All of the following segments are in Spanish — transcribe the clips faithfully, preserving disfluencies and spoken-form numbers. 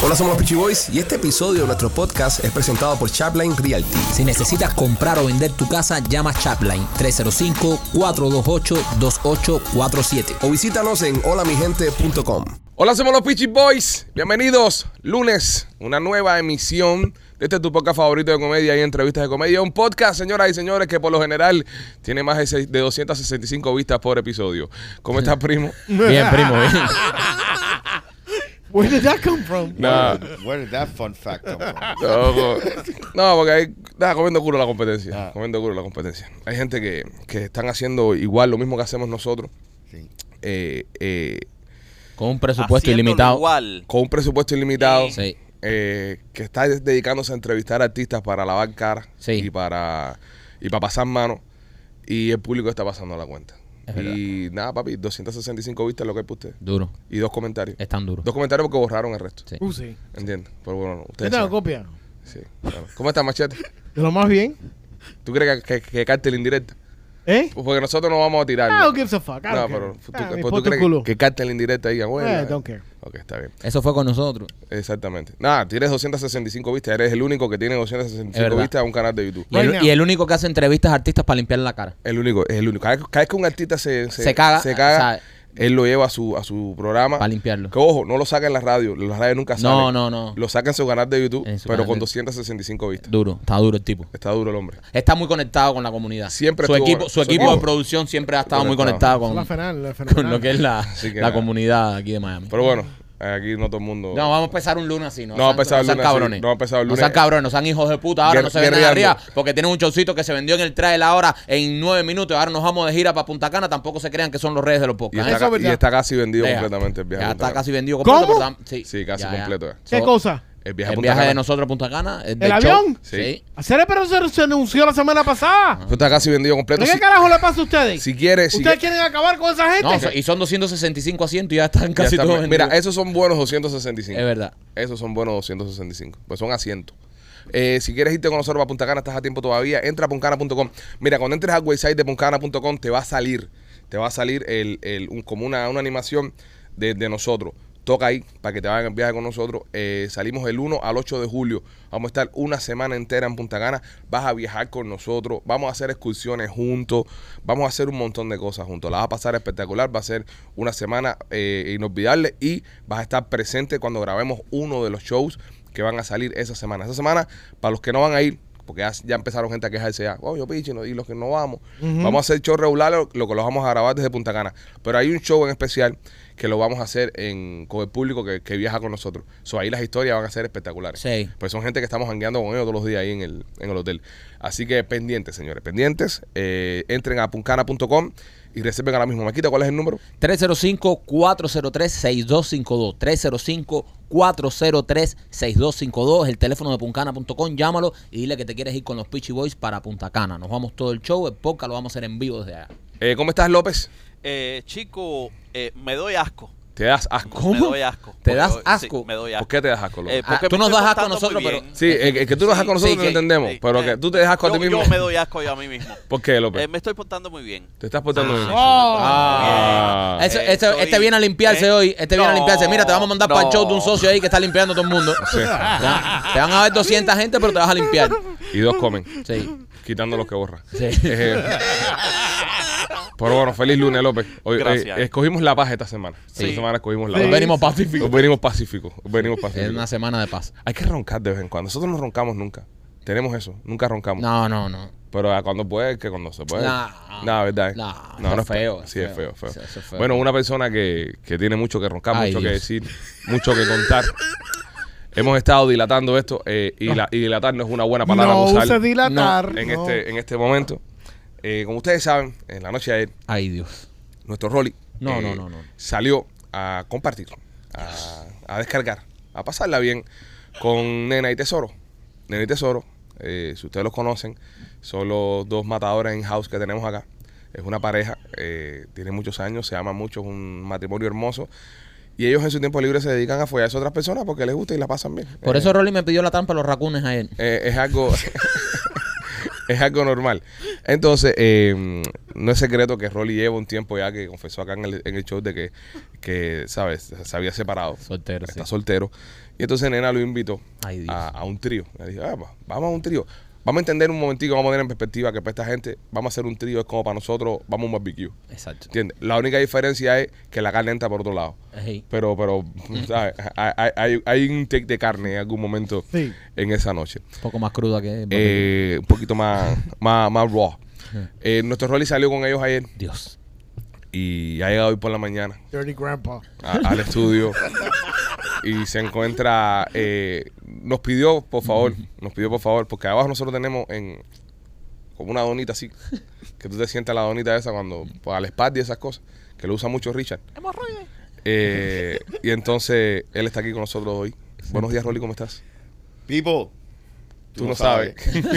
Hola, somos los Peachy Boys y este episodio de nuestro podcast es presentado por Chapline Realty. Si necesitas comprar o vender tu casa, llama Chapline tres cero cinco, cuatro dos ocho, dos ocho cuatro siete o visítanos en hola mi gente punto com. Hola, somos los Peachy Boys. Bienvenidos. Lunes, una nueva emisión de este tu podcast favorito de comedia y entrevistas de comedia. Un podcast, señoras y señores, que por lo general tiene más de, seis, de doscientas sesenta y cinco vistas por episodio. ¿Cómo estás, primo? Bien, primo, bien. Where did that come from? Nah. Where, did, where did that fun fact come from? No, no, porque hay, está comiendo culo la competencia. Ah. Comiendo culo la competencia. Hay gente que, que están haciendo igual lo mismo que hacemos nosotros. Sí. Eh, eh, Con un presupuesto Haciéndolo ilimitado. igual. con un presupuesto ilimitado. Sí. Eh, que está dedicándose a entrevistar artistas para lavar cara Sí. y para y para pasar mano, y el público está pasando la cuenta. Es Y nada, papi, doscientas sesenta y cinco vistas lo que hay para usted. Duro. Y dos comentarios. Es tan duro. Dos comentarios porque borraron el resto. Sí. Uh, sí. ¿Entiendes? Pero bueno, Yo ustedes tengo saben. copia. Sí, claro. ¿Cómo estás, Machete? De lo más bien. ¿Tú crees que, que, que cártel indirecta? ¿Eh? Pues porque nosotros no vamos a tirar. I don't give a fuck. I No, don't pero care. tú, Ah, me pues, ¿tú importa crees un culo. que, que cártel indirecta diga, bueno? Eh, don't care. Ok, está bien. Eso fue con nosotros. Exactamente. Nada, tienes doscientas sesenta y cinco vistas. Eres el único que tiene doscientas sesenta y Es cinco verdad. vistas a un canal de YouTube. Y el, Right now. y el único que hace entrevistas a artistas para limpiarle la cara. El único, es el único. Cada, cada vez que un artista se, Se caga, se caga, o sea, él lo lleva a su, a su programa. Para limpiarlo. Que ojo, no lo saca en la radio. Las radios nunca salen. No, no, no. Lo saca en su canal de YouTube, En su pero canal con de- doscientas sesenta y cinco vistas. Duro. Está duro el tipo. Está duro el hombre. Está muy conectado con la comunidad. Siempre su estuvo- equipo, su su equipo equipo. de producción siempre ha estado muy Conectado. conectado La con, fenal, la con fenomenal. lo que es la, Así que la nada. comunidad aquí de Miami. Pero bueno, aquí no todo el mundo. No, vamos a empezar un lunes así. No, No, vamos a empezar no el sean lunes así. cabrones. No, vamos a empezar el No lunes. sean cabrones, no sean hijos de puta. Ahora Guer- no se venden guerreando. arriba porque tienen un showcito que se vendió en el trailer ahora en nueve minutos. Ahora nos vamos de gira para Punta Cana. Tampoco se crean que son los reyes de los Y podcasts. está, Eso es ca- y verdad. está casi vendido Deja. completamente el viaje. Ya a Punta está Cana. casi vendido completo. ¿Cómo? pero tam- sí, Sí, casi ya, ya. completo ya. ¿Qué So, cosa? El viaje a El Punta viaje Cana. de nosotros a Punta Cana. El, ¿El del avión? show. Sí. Sí. Hacer pero se, se anunció la semana pasada. Esto está casi vendido completo. ¿Qué Si, carajo le pasa a ustedes? si quieres. Si ¿Ustedes qui- quieren acabar con esa gente? No, so- y son doscientos sesenta y cinco asientos y ya están ya casi está. todos Mira, vendidos. esos son buenos doscientos sesenta y cinco. Es verdad. Esos son buenos doscientos sesenta y cinco. Pues son asientos. Eh, si quieres irte con nosotros a Punta Cana, estás a tiempo todavía. Entra a puncana punto com. Mira, cuando entres al website de puncana punto com, te va a salir, te va a salir el, el, un, como una, una animación de, de nosotros. Toca ahí para que te vayan en viaje con nosotros. Eh, salimos el uno al ocho de julio. Vamos a estar una semana entera en Punta Cana. Vas a viajar con nosotros. Vamos a hacer excursiones juntos. Vamos a hacer un montón de cosas juntos. La vas a pasar espectacular. Va a ser una semana eh, inolvidable. Y vas a estar presente cuando grabemos uno de los shows que van a salir esa semana. Esa semana, para los que no van a ir, porque ya, ya empezaron gente a quejarse ya, oh, yo pichi, no, y los que no vamos, Ujú. vamos a hacer show regular, lo, lo que lo vamos a grabar desde Punta Cana. Pero hay un show en especial que lo vamos a hacer en, con el público que, que viaja con nosotros. So, ahí las historias van a ser espectaculares. Sí. Pues son gente que estamos hangueando con ellos todos los días ahí en el, en el hotel. Así que pendientes, señores, pendientes. Eh, entren a puncana punto com y reserven ahora mismo. Maquita, ¿cuál es el número? tres cero cinco, cuatro cero tres, seis dos cinco dos. tres cero cinco, cuatro cero tres, seis dos cinco dos. El teléfono de puncana punto com. Llámalo y dile que te quieres ir con los Peachy Boys para Punta Cana. Nos vamos todo el show. El podcast lo vamos a hacer en vivo desde allá. Eh, ¿Cómo estás, López? Eh, chico, eh, me doy asco. Te das asco. ¿Cómo? Me doy asco. ¿Te das Porque- asco? Sí, me doy ¿Por asco. qué te das asco, López? Eh, porque Ah, tú me nos estoy das asco a portando nosotros, muy pero- bien. Sí, el, el que tú lo das con nosotros sí, lo que- entendemos, eh, pero eh, que tú te das asco a ti yo, mismo. yo me doy asco yo a mí mismo. ¿Por qué, López? Eh, me estoy portando muy bien. Te estás portando bien. Oh. Ah. Eso- Eh, este, estoy- este viene a limpiarse eh, hoy. Este viene a no, limpiarse. Mira, te vamos a mandar para el no. show de un socio ahí que está limpiando todo el mundo. Sí. Ya, te van a ver doscientas gente, pero te vas a limpiar. Y dos comen, Sí. quitando los que borran. Sí. Eh, pero bueno, feliz lunes, López. Hoy, Gracias. eh, escogimos la paz esta semana. Sí. Esta semana escogimos la Sí. paz. Nos venimos pacíficos. Hoy venimos pacíficos. Hoy venimos Es pacíficos. una semana de paz. Hay que roncar de vez en cuando. Nosotros no roncamos nunca. Tenemos eso. Nunca roncamos. No, no, no. Pero a cuando puede, que cuando se puede. No. No, ¿verdad? No, no, eso no es feo, Sí, es es feo, feo. feo. Eso es feo. Bueno, una persona que, que tiene mucho que roncar, Ay, mucho que Dios. decir, mucho que contar. Hemos estado dilatando esto eh, y, la- y dilatar no es una buena palabra No para usar use dilatar. en, no. este, en este momento. Eh, como ustedes saben, en la noche de ayer, Ay, Dios. nuestro Rolly No, eh, no, no, no. salió a compartir, a, a descargar, a pasarla bien con Nena y Tesoro. Nena y Tesoro, eh, si ustedes los conocen, son los dos matadores in house que tenemos acá. Es una pareja, eh, tiene muchos años, se aman mucho, es un matrimonio hermoso. Y ellos en su tiempo libre se dedican a follarse a otras personas porque les gusta y la pasan bien. Por Eh, eso Rolly me pidió la trampa de los racunes ayer. eh, es algo Es algo normal. Entonces, eh, no es secreto que Rolly lleva un tiempo ya que confesó acá en el, en el show de que, que, ¿sabes? Se había separado. Soltero, Está sí. soltero. Y entonces Nena lo invitó Ay, Dios. a, a un trío. Le dije, ah, va, vamos a un trío. Vamos a entender un momentico, vamos a poner en perspectiva que para esta gente, vamos a hacer un trío, es como para nosotros, vamos a un barbecue. Exacto. ¿Entiendes? La única diferencia es que la carne entra por otro lado. Ey. Pero, pero, ¿sabes? Hay, hay, hay un take de carne en algún momento Sí. en esa noche. Un poco más cruda que... Eh, un poquito más, más, más raw. Eh, nuestro Rolly salió con ellos ayer Dios. y ha llegado hoy por la mañana Dirty Grandpa. a- al estudio y se encuentra, eh, nos pidió por favor, nos pidió por favor, porque abajo nosotros tenemos en como una donita así, que tú te sientas la donita esa cuando, pues, a la espalda y esas cosas, que lo usa mucho Richard. Eh, y entonces él está aquí con nosotros hoy. Buenos días, Rolly, ¿cómo estás? People, Tú no sabes.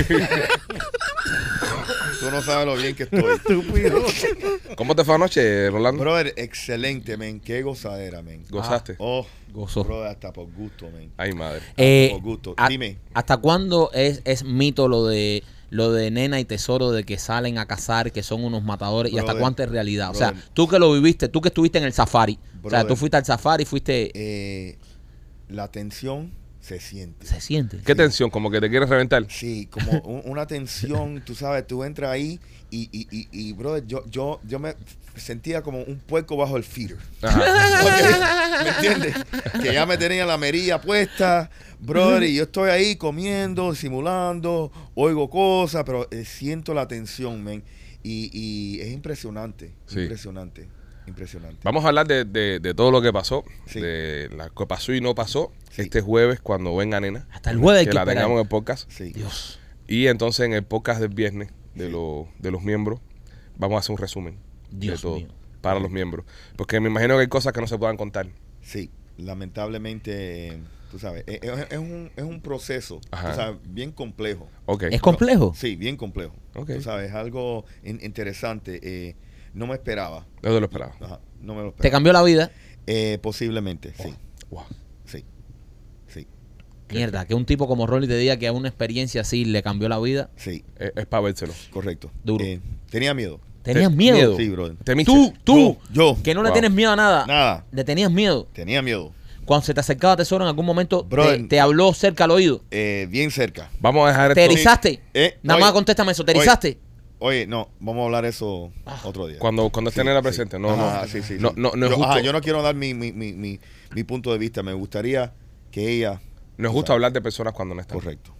Tú no sabes lo bien que estoy. Estúpido. ¿Cómo te fue anoche, Rolando? Brother, excelente, men. Qué gozadera, men. ¿Gozaste? Oh, Gozo. brother, hasta por gusto, men. Ay, madre. Eh, por gusto. a- Dime. ¿Hasta cuándo es, es mito lo de lo de Nena y Tesoro de que salen a cazar, que son unos matadores? ¿Y hasta Brother, cuánto es realidad? O sea, brother. tú que lo viviste, tú que estuviste en el safari. O sea, Brother. tú fuiste al safari, fuiste... Eh, la tensión se siente. Se siente. ¿Qué tensión? ¿Como que te quieres reventar? Sí, como un- una tensión, tú sabes, tú entras ahí y, y, y, y brother, yo, yo, yo me sentía como un puerco bajo el feeder. Ajá. Ok, ¿me entiendes? Que ya me tenían la merilla puesta, brother, y yo estoy ahí comiendo, simulando, oigo cosas, pero eh, siento la tensión, men. Y, y es impresionante, Sí. impresionante, impresionante. Vamos a hablar de, de, de todo lo que pasó, Sí. de lo que pasó y no pasó Sí. este jueves cuando venga Nena. Hasta el jueves hay Que que la esperar. tengamos en el podcast. Sí. Dios. Y entonces en el podcast del viernes de, Sí. los de los miembros vamos a hacer un resumen Dios de todo mío. para los miembros. Porque me imagino que hay cosas que no se puedan contar. Sí, lamentablemente, eh, tú sabes, es, es- es un, es un proceso, Ajá. tú sabes, bien complejo. Ok. ¿Es complejo? Sí, bien complejo. Ok. Tú sabes, algo in- interesante. eh, no me esperaba. No te lo esperaba. Ajá, no me lo ¿Te esperaba. cambió la vida? Eh, posiblemente, sí. Wow. Sí. Sí. Mierda, que un tipo como Rolly te diga que a una experiencia así le cambió la vida. Sí. Es, es para vérselo. Correcto. Duro. Eh, tenía miedo. ¿Tenías Te- miedo? miedo. Sí, brother. ¿Temiste? Tú, tú, Yo, yo. que no le Wow. tienes miedo a nada. Nada. Le tenías miedo. Tenía miedo. Cuando se te acercaba Tesoro en algún momento, te, Brother. te habló cerca al oído. Eh, bien cerca. Vamos a dejar ¿Te esto erizaste? Eh, Nada oye, más contéstame eso, ¿te oye. erizaste? Oye, no, vamos a hablar eso otro día. cuando, cuando esté Sí, Nena sí. presente. No, Ajá, no. sí, sí, no, sí. no, no es yo, justo, ajá, yo no quiero dar mi, mi, mi, mi, mi punto de vista. Me gustaría que ella... no es tú justo sabes. hablar de personas cuando no están. Correcto.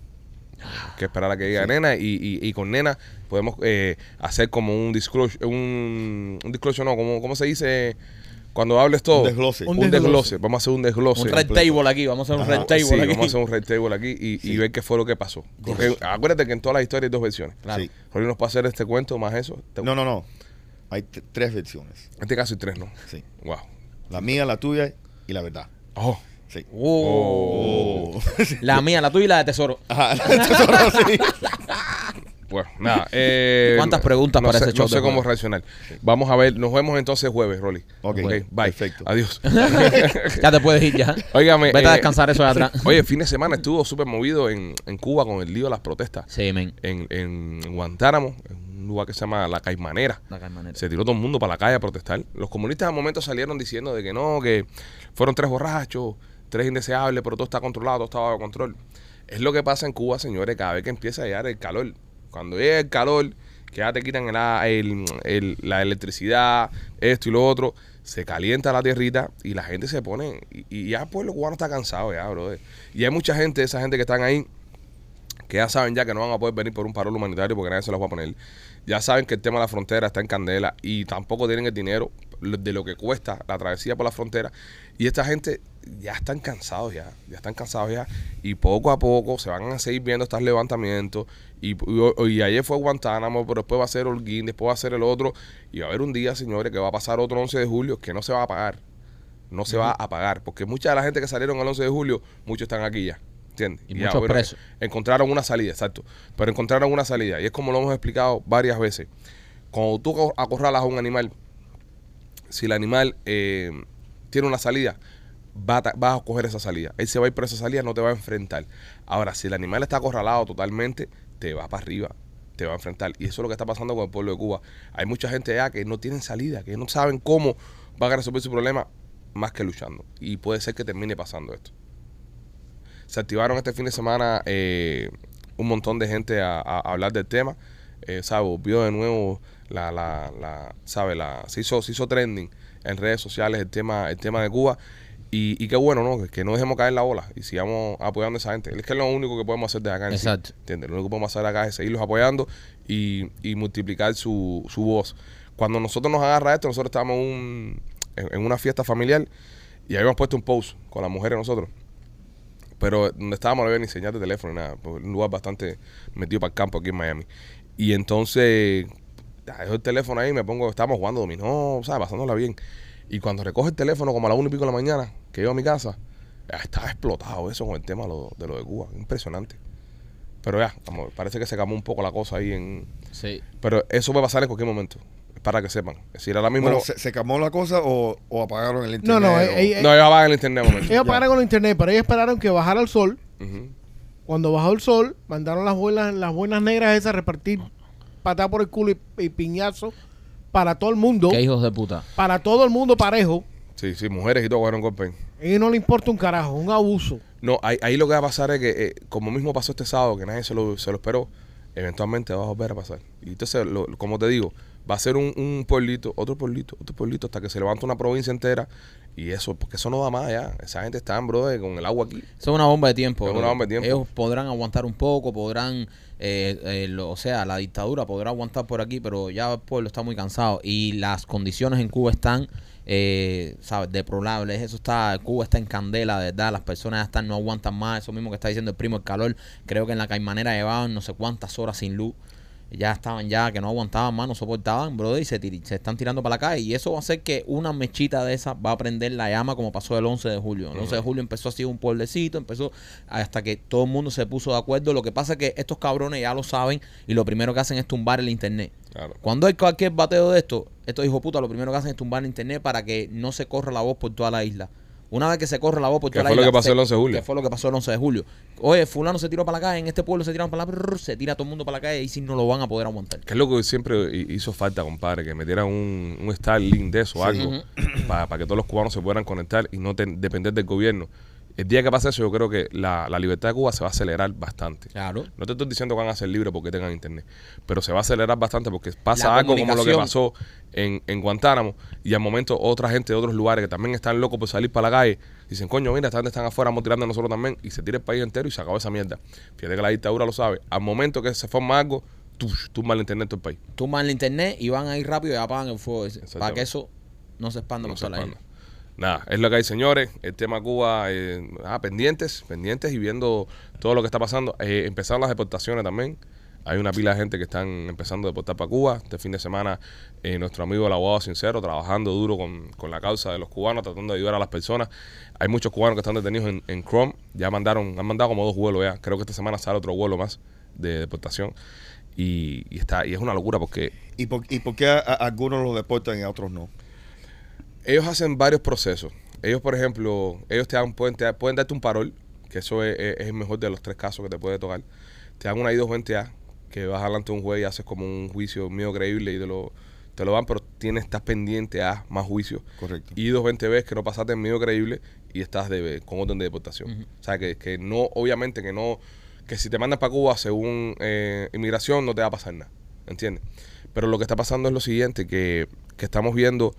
Que esperar a que diga Nena y, y, y con Nena podemos eh, hacer como un disclosure, un, un disclosure no, como, ¿cómo se dice? Cuando hables todo. Un desglose. Un, Un desglose. desglose. Vamos a hacer un desglose. Un red completo. table aquí, vamos a hacer un Ajá. red table Sí, aquí. vamos a hacer un red table aquí y, y Sí. ver qué fue lo que pasó. Porque acuérdate que en todas las historias hay dos versiones. Claro. Sí. Rolly nos puede hacer este cuento más eso. Te- No, no, no. Hay t- tres versiones. En este caso hay tres, ¿no? Sí. Wow. La mía, la tuya y la verdad. Oh. Sí. Oh. Oh. La mía, la tuya y la de Tesoro. Ajá. Tesoro, sí. Bueno, nada. Eh, ¿Cuántas preguntas no para sé, ese show No sé de cómo jueves? reaccionar. Vamos a ver. Nos vemos entonces jueves, Rolly. Ok, bye. perfecto. Adiós. Ya te puedes ir ya. Óigame. Vete a eh, descansar eso de atrás. Oye, fin de semana estuvo súper movido en, en Cuba con el lío de las protestas. Sí, men. En, en Guantánamo, en un lugar que se llama La Caimanera. La calmanera. Se tiró todo el mundo para la calle a protestar. Los comunistas al momento salieron diciendo de que no, que fueron tres borrachos, tres indeseables, pero todo está controlado, todo está bajo control. Es lo que pasa en Cuba, señores, cada vez que empieza a llegar el calor. Cuando llega el calor, que ya te quitan el, el- el- la electricidad, esto y lo otro, se calienta la tierrita y la gente se pone... Y, y ya el pueblo cubano está cansado ya, brother. Y hay mucha gente, esa gente que están ahí, que ya saben ya que no van a poder venir por un paro humanitario porque nadie se los va a poner. Ya saben que el tema de la frontera está en candela y tampoco tienen el dinero de lo que cuesta la travesía por la frontera. Y esta gente ya están cansados ya, ya están cansados ya. Y poco a poco se van a seguir viendo estos levantamientos. Y, y, y ayer fue Guantánamo, pero después va a ser Holguín, después va a ser el otro. Y va a haber un día, señores, que va a pasar otro once de julio que no se va a pagar. No se va a pagar. Porque mucha de la gente que salieron el once de julio, muchos están aquí ya. ¿Entiendes? Y ya, muchos bueno, presos. encontraron una salida, exacto. Pero encontraron una salida. Y es como lo hemos explicado varias veces. Cuando tú acor- acorralas a un animal, si el animal eh, tiene una salida, va a ta- vas a coger esa salida. Él se va a ir por esa salida, no te va a enfrentar. Ahora, si el animal está acorralado totalmente, te va para arriba. te va a enfrentar. Y eso es lo que está pasando con el pueblo de Cuba. Hay mucha gente allá que no tienen salida, que no saben cómo van a resolver su problema más que luchando. Y puede ser que termine pasando esto. Se activaron este fin de semana eh, un montón de gente a, a, a hablar del tema. Eh, ¿Sabe? Volvió de nuevo la, la, la, ¿sabe? La, se hizo, se hizo trending en redes sociales el tema, el tema de Cuba. Y, y qué bueno, ¿no? Que no dejemos caer la bola y sigamos apoyando a esa gente. Es que es lo único que podemos hacer desde acá en sí, Exacto. ¿entiendes? Lo único que podemos hacer acá es seguirlos apoyando y, y multiplicar su, su voz. Cuando nosotros nos agarra esto, nosotros estábamos un, en, en una fiesta familiar y habíamos puesto un post con las mujeres nosotros. Pero donde estábamos no había ni señal de teléfono ni nada. Un lugar bastante metido para el campo aquí en Miami. Y entonces, dejo el teléfono ahí y me pongo, estábamos jugando dominó, ¿sabes? Pasándola bien. Y cuando recoge el teléfono como a las una y pico de la mañana, que llego a mi casa, ya estaba explotado eso con el tema de lo de, lo de Cuba. Impresionante. Pero ya, vamos, parece que se calmó un poco la cosa ahí en... Sí. Pero eso puede pasar en cualquier momento. Para que sepan. Es decir, ahora mismo... Bueno, ¿se, se calmó la cosa o, o apagaron el internet? No, no, o- eh, eh, no, ellos apagan el internet un momento. Ellos apagaron con el internet, pero ellos esperaron que bajara el sol. Ujú. Cuando bajó el sol, mandaron las buenas, las buenas negras esas a repartir patada por el culo y, y piñazo para todo el mundo. Qué hijos de puta. Para todo el mundo parejo. Sí, sí, mujeres y todo cogieron golpe. A ellos no le importa un carajo, un abuso. No, ahí, ahí lo que va a pasar es que, eh, como mismo pasó este sábado, que nadie se lo, se lo esperó, eventualmente va a volver a pasar. Y entonces, lo, como te digo, va a ser un, un pueblito, otro pueblito, otro pueblito, hasta que se levanta una provincia entera. Y eso, porque eso no da más ya. Esa gente está, brother, con el agua aquí. Eso es una bomba de tiempo. Es una bomba de tiempo. Ellos podrán aguantar un poco, podrán, eh, eh, lo- o sea, la dictadura podrá aguantar por aquí, pero ya el pueblo está muy cansado y las condiciones en Cuba están, eh, ¿sabes? Deplorables. Eso está, Cuba está en candela, de verdad. Las personas ya están, no aguantan más. Eso mismo que está diciendo el primo, el calor. Creo que en la Caimanera llevaban no sé cuántas horas sin luz. Ya estaban ya, que no aguantaban más, no soportaban, brother, y se, tir- se están tirando para la calle. Y eso va a hacer que una mechita de esas va a prender la llama como pasó el once de julio. El once de julio empezó así un pueblecito, empezó hasta que todo el mundo se puso de acuerdo. Lo que pasa es que estos cabrones ya lo saben y lo primero que hacen es tumbar el internet. Claro. Cuando hay cualquier bateo de esto, estos hijos de puta lo primero que hacen es tumbar el internet para que no se corra la voz por toda la isla. Una vez que se corre la voz por ¿Qué toda la fue lo isla. que pasó se- el once de julio? Que fue lo que pasó el once de julio. Oye, fulano se tiró para la calle, en este pueblo se tiraron para la brrr, se tira todo el mundo para la calle y si no lo van a poder aguantar. Que es lo que siempre hi- hizo falta, compadre, que metieran un, un Starlink de eso o algo, para que todos los cubanos se puedan conectar y no ten- depender del gobierno. El día que pase eso, yo creo que la, la libertad de Cuba se va a acelerar bastante. Claro. No te estoy diciendo que van a ser libres porque tengan internet, pero se va a acelerar bastante porque pasa La algo como lo que comunicación. pasó en, en Guantánamo y al momento otra gente de otros lugares que también están locos por salir para la calle dicen, coño, mira, esta gente están afuera, vamos tirando a nosotros también y se tira el país entero y se acabó esa mierda. Fíjate que la dictadura lo sabe. Al momento que se forma algo, tush, tumba el internet todo el país. Tumban el internet y van a ir rápido y apagan el fuego ese, para Exactamente. que eso no se expanda No por se toda la expanda. isla. Nada, es lo que hay, señores. El tema Cuba, eh, ah, pendientes, pendientes y viendo todo lo que está pasando. Eh, empezaron las deportaciones también. Hay una pila de gente que están empezando a deportar para Cuba. Este fin de semana, eh, nuestro amigo el abogado Sincero, trabajando duro con, con la causa de los cubanos, tratando de ayudar a las personas. Hay muchos cubanos que están detenidos en, en Chrome. Ya mandaron, han mandado como dos vuelos ya. Creo que esta semana sale otro vuelo más de deportación. Y, y está y es una locura porque ¿Y por, y por qué a, a algunos los deportan y a otros no? ellos hacen varios procesos. Ellos, por ejemplo, ellos te dan, pueden, te dan- pueden darte un parol, que eso es, es- es el mejor de los tres casos que te puede tocar. Te dan una I dos veinte A, que vas adelante de un juez y haces como un juicio medio creíble y te lo, te lo dan, pero tienes, estás pendiente a más juicios. Correcto. I dos veinte B es que no pasaste en medio creíble y estás de, con orden de deportación. Ujú. O sea, que, que no, obviamente que no, que si te mandan para Cuba según eh, inmigración no te va a pasar nada, ¿entiendes? Pero lo que está pasando es lo siguiente, que, que estamos viendo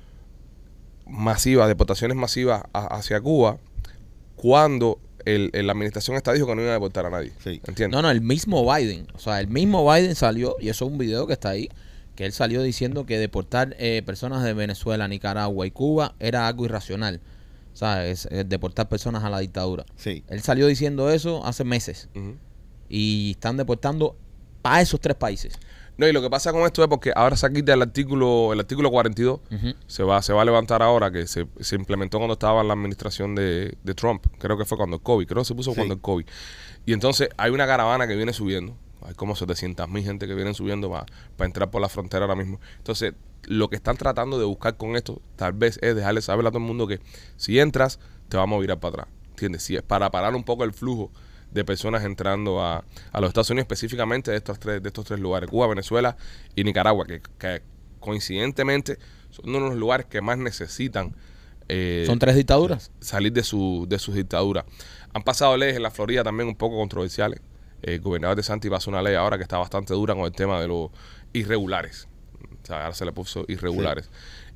masivas, deportaciones masivas a- hacia Cuba cuando el, el- la administración esta dijo que no iba a deportar a nadie. Sí. ¿Entiendes? No, no, el mismo Biden. O sea, el mismo Biden salió, y eso es un video que está ahí, que él salió diciendo que deportar eh, personas de Venezuela, Nicaragua y Cuba era algo irracional. O sea, es, es deportar personas a la dictadura. Sí. Él salió diciendo eso hace meses. Ujú. Y están deportando para esos tres países. No, y lo que pasa con esto es porque ahora se quita el artículo, el artículo cuarenta y dos, Ujú. se va, se va a levantar ahora, que se, se implementó cuando estaba en la administración de, de Trump. Creo que fue cuando el COVID, creo que se puso Sí. cuando el COVID. Y entonces hay una caravana que viene subiendo. Hay como setecientas mil gente que vienen subiendo para entrar por la frontera ahora mismo. Entonces, lo que están tratando de buscar con esto, tal vez es dejarle saber a todo el mundo que si entras, te vamos a virar para atrás. ¿Entiendes? Si es para parar un poco el flujo de personas entrando a, a los Estados Unidos, específicamente de estos tres, de estos tres lugares, Cuba, Venezuela y Nicaragua, que, que coincidentemente son uno de los lugares que más necesitan eh, Son tres dictaduras. salir de su de sus dictaduras. Han pasado leyes en la Florida también un poco controversiales. El gobernador de Santi pasó una ley ahora que está bastante dura con el tema de los irregulares. O sea, ahora se le puso irregulares. Sí.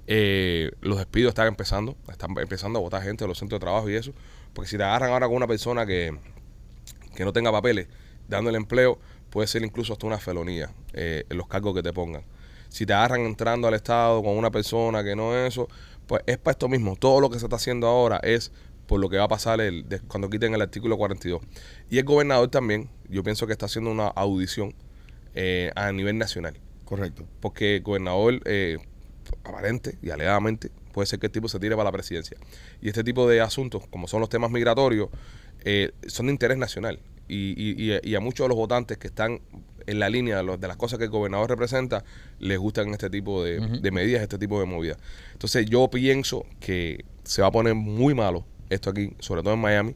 Eh, los despidos están empezando, están empezando a botar gente de los centros de trabajo y eso. Porque si te agarran ahora con una persona que, que no tenga papeles, dándole empleo, puede ser incluso hasta una felonía eh, en los cargos que te pongan. Si te agarran entrando al Estado con una persona que no es eso, pues es para esto mismo. Todo lo que se está haciendo ahora es por lo que va a pasar el, de, cuando quiten el artículo cuarenta y dos. Y el gobernador también, yo pienso que está haciendo una audición eh, a nivel nacional. Correcto. Porque el gobernador, eh, aparente y alegadamente, puede ser que el tipo se tire para la presidencia. Y este tipo de asuntos, como son los temas migratorios, eh, son de interés nacional. Y, y, y a muchos de los votantes que están en la línea de, los, de las cosas que el gobernador representa, les gustan este tipo de, uh-huh. de medidas, este tipo de movidas. Entonces yo pienso que se va a poner muy malo esto aquí, sobre todo en Miami,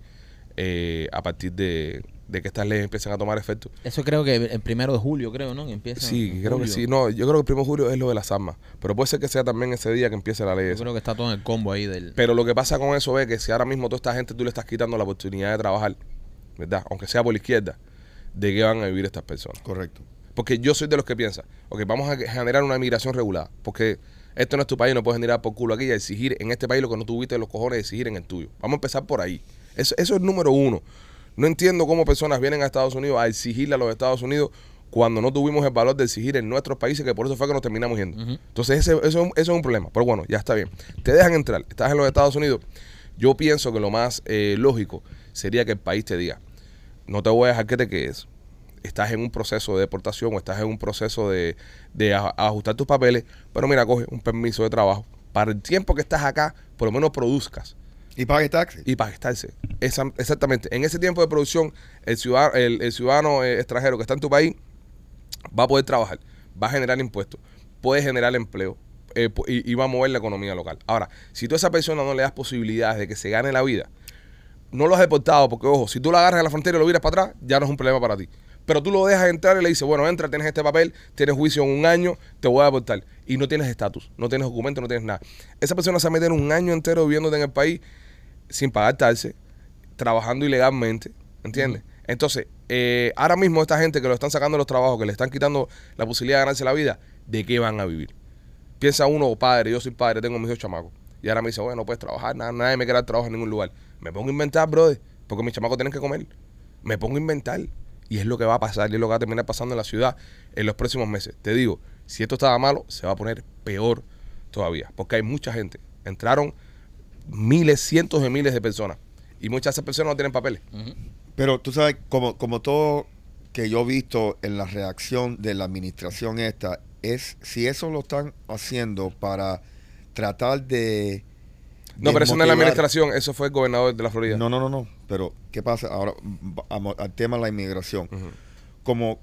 eh, a partir de, de que estas leyes empiecen a tomar efecto. Eso creo que el primero de julio, creo, ¿no? Que empieza sí, creo julio. que sí. No, yo creo que el primero de julio es lo de las armas, pero puede ser que sea también ese día que empiece la ley. Yo esa. creo que está todo en el combo ahí del... Pero lo que pasa con eso es que si ahora mismo toda esta gente tú le estás quitando la oportunidad de trabajar, ¿verdad? Aunque sea por la izquierda, ¿de qué van a vivir estas personas? Correcto. Porque yo soy de los que piensan, ok, vamos a generar una migración regulada, porque esto no es tu país, no puedes generar por culo aquí y exigir en este país lo que no tuviste los cojones de exigir en el tuyo. Vamos a empezar por ahí. Eso, eso es número uno. No entiendo cómo personas vienen a Estados Unidos a exigirle a los Estados Unidos cuando no tuvimos el valor de exigir en nuestros países, que por eso fue que nos terminamos yendo. Uh-huh. Entonces ese, eso, eso es un problema. Pero bueno, ya está bien. Te dejan entrar, estás en los Estados Unidos. Yo pienso que lo más eh, lógico sería que el país te diga, no te voy a dejar que te quedes. Estás en un proceso de deportación o estás en un proceso de, de a, ajustar tus papeles, pero mira, coge un permiso de trabajo. Para el tiempo que estás acá, por lo menos produzcas. Y pagues taxes. Y pagues taxes. Esa, exactamente. En ese tiempo de producción, el ciudadano, el, el ciudadano eh, extranjero que está en tu país va a poder trabajar, va a generar impuestos, puede generar empleo eh, y, y va a mover la economía local. Ahora, si tú a esa persona no le das posibilidades de que se gane la vida, no lo has deportado, porque ojo, si tú lo agarras en la frontera y lo viras para atrás, ya no es un problema para ti. Pero tú lo dejas entrar y le dices, bueno, entra, tienes este papel, tienes juicio en un año, te voy a deportar. Y no tienes estatus, no tienes documento, no tienes nada. Esa persona se va a meter un año entero viviéndote en el país sin pagar taxes, trabajando ilegalmente, ¿entiendes? Uh-huh. Entonces, eh, ahora mismo esta gente que lo están sacando de los trabajos, que le están quitando la posibilidad de ganarse la vida, ¿de qué van a vivir? Piensa uno, padre, yo soy padre, tengo mis dos chamacos. Y ahora me dice, bueno, no puedes trabajar, nada, nadie me quiere dar trabajo en ningún lugar. Me pongo a inventar, brother, porque mis chamacos tienen que comer. Me pongo a inventar. Y es lo que va a pasar, y es lo que va a terminar pasando en la ciudad en los próximos meses. Te digo, si esto estaba malo, se va a poner peor todavía. Porque hay mucha gente. Entraron miles, cientos de miles de personas. Y muchas de esas personas no tienen papeles. Uh-huh. Pero tú sabes, como, como todo que yo he visto en la reacción de la administración esta, es si eso lo están haciendo para tratar de... No, pero eso no es la administración, eso fue el gobernador de la Florida. No, no, no, no. Pero, ¿qué pasa? Ahora, vamos al tema de la inmigración. Uh-huh. Como,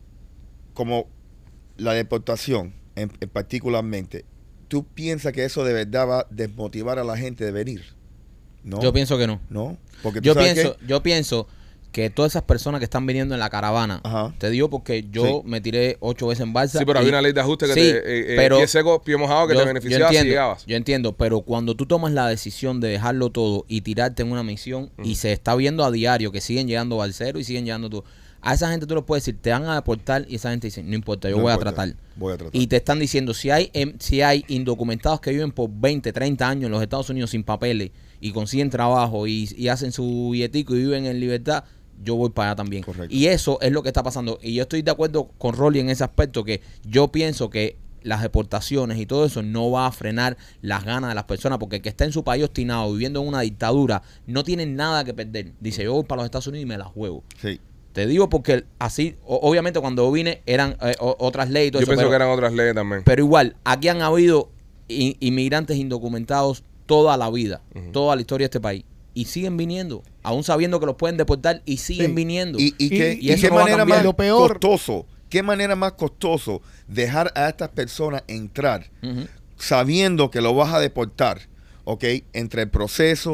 como la deportación, en, en particularmente, ¿tú piensas que eso de verdad va a desmotivar a la gente de venir? No. Yo pienso que no. No. Porque yo pienso, que... yo pienso que todas esas personas que están viniendo en la caravana, Ajá. te digo porque yo sí. me tiré ocho veces en balsa. Sí, pero había una ley de ajuste que sí, te, eh, pero pie seco, pie mojado, que yo, te beneficiaba entiendo, si llegabas. Yo entiendo, pero cuando tú tomas la decisión de dejarlo todo y tirarte en una misión, uh-huh. y se está viendo a diario que siguen llegando balseros y siguen llegando tú, a esa gente tú les puedes decir, te van a deportar, y esa gente dice, no importa, yo no voy, importa, a tratar. voy a tratar. Y te están diciendo, si hay em, si hay indocumentados que viven por veinte, treinta años en los Estados Unidos sin papeles y consiguen trabajo y, y hacen su billetico y viven en libertad, yo voy para allá también. Correcto. Y eso es lo que está pasando. Y yo estoy de acuerdo con Rolly en ese aspecto, que yo pienso que las deportaciones y todo eso no va a frenar las ganas de las personas, porque el que está en su país obstinado, viviendo en una dictadura, no tiene nada que perder. Dice, yo voy para los Estados Unidos y me la juego. Sí. Te digo porque así, o, obviamente cuando vine eran eh, o, otras leyes y todo yo eso. Yo pienso pero, que eran otras leyes también. Pero igual, aquí han habido in, inmigrantes indocumentados toda la vida, uh-huh. toda la historia de este país. Y siguen viniendo, aún sabiendo que los pueden deportar, y siguen sí. viniendo. Y, y, y, que, y, y eso qué no manera más lo peor. costoso, qué manera más costoso dejar a estas personas entrar, uh-huh. sabiendo que lo vas a deportar, ¿ok? Entre el proceso,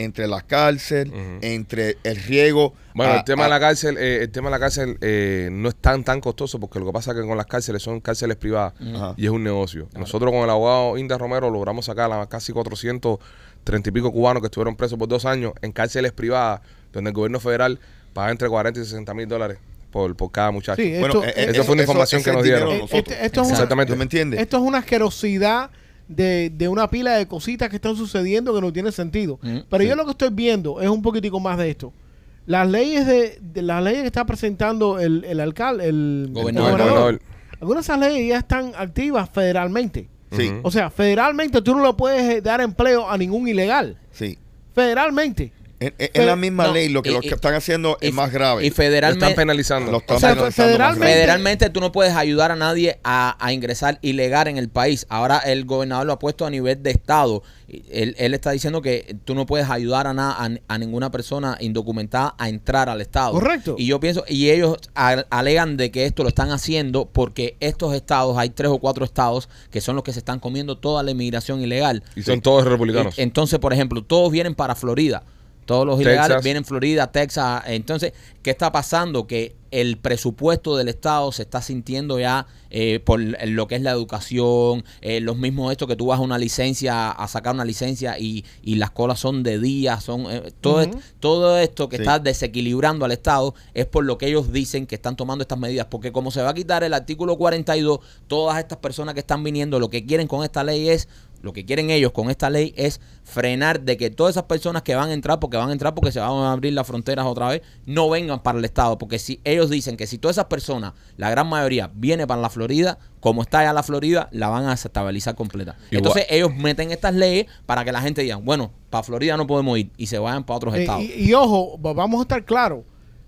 entre la cárcel, Ujú. entre el riego. Bueno, a- el tema a- de la cárcel, eh, el tema de la cárcel eh, no es tan tan costoso porque lo que pasa es que con las cárceles son cárceles privadas Ajá. y es un negocio. Nosotros con el abogado Inda Romero logramos sacar a casi cuatrocientos treinta y pico cubanos que estuvieron presos por dos años en cárceles privadas donde el gobierno federal paga entre cuarenta y sesenta mil dólares por, por cada muchacho. Sí, Bueno, esto, eh, eh, Eso fue una información ese que nos dinero dieron. de nosotros. Este- esto es una- Exactamente. ¿Tú me entiendes? Esto es una asquerosidad de, de una pila de cositas que están sucediendo que no tiene sentido. Mm, Pero sí. yo lo que estoy viendo es un poquitico más de esto. Las leyes de, de las leyes que está presentando el, el alcalde, el Gobernador. el El gobernador. Algunas de esas leyes ya están activas federalmente. Sí, Ujú. O sea, federalmente tú no le puedes eh, dar empleo a ningún ilegal. sí. Federalmente. En, en- en la Fe- misma no, ley, lo que, y- lo que y- están haciendo y- es más grave. Y Lo están federalmente, penalizando. Lo están O sea, penalizando más federalmente- grave. federalmente tú no puedes ayudar a nadie a, a ingresar ilegal en el país. Ahora el gobernador lo ha puesto a nivel de estado. Él, él está diciendo que tú no puedes ayudar a, na- a, a ninguna persona indocumentada a entrar al estado. Correcto. Y yo pienso, y ellos a- alegan de que esto lo están haciendo porque estos estados, hay tres o cuatro estados que son los que se están comiendo toda la inmigración ilegal. Y son todos republicanos. Eh, Entonces, por ejemplo, todos vienen para Florida. Todos los Texas. ilegales vienen Florida, Texas. Entonces, ¿qué está pasando? Que el presupuesto del Estado se está sintiendo ya eh, por lo que es la educación, eh, los mismos esto que tú vas a una licencia, a sacar una licencia y, y las colas son de días, son eh, todo, Ujú. esto, todo esto que Sí. está desequilibrando al Estado es por lo que ellos dicen que están tomando estas medidas. Porque como se va a quitar el artículo cuarenta y dos, todas estas personas que están viniendo, lo que quieren con esta ley es... Lo que quieren ellos con esta ley es frenar de que todas esas personas que van a entrar, porque van a entrar porque se van a abrir las fronteras otra vez, no vengan para el Estado. Porque si ellos dicen que si todas esas personas, la gran mayoría, viene para la Florida, como está ya la Florida, la van a desestabilizar completa. Igual. Entonces ellos meten estas leyes para que la gente diga, bueno, para Florida no podemos ir y se vayan para otros Eh, estados. y, y ojo, va- vamos a estar claros.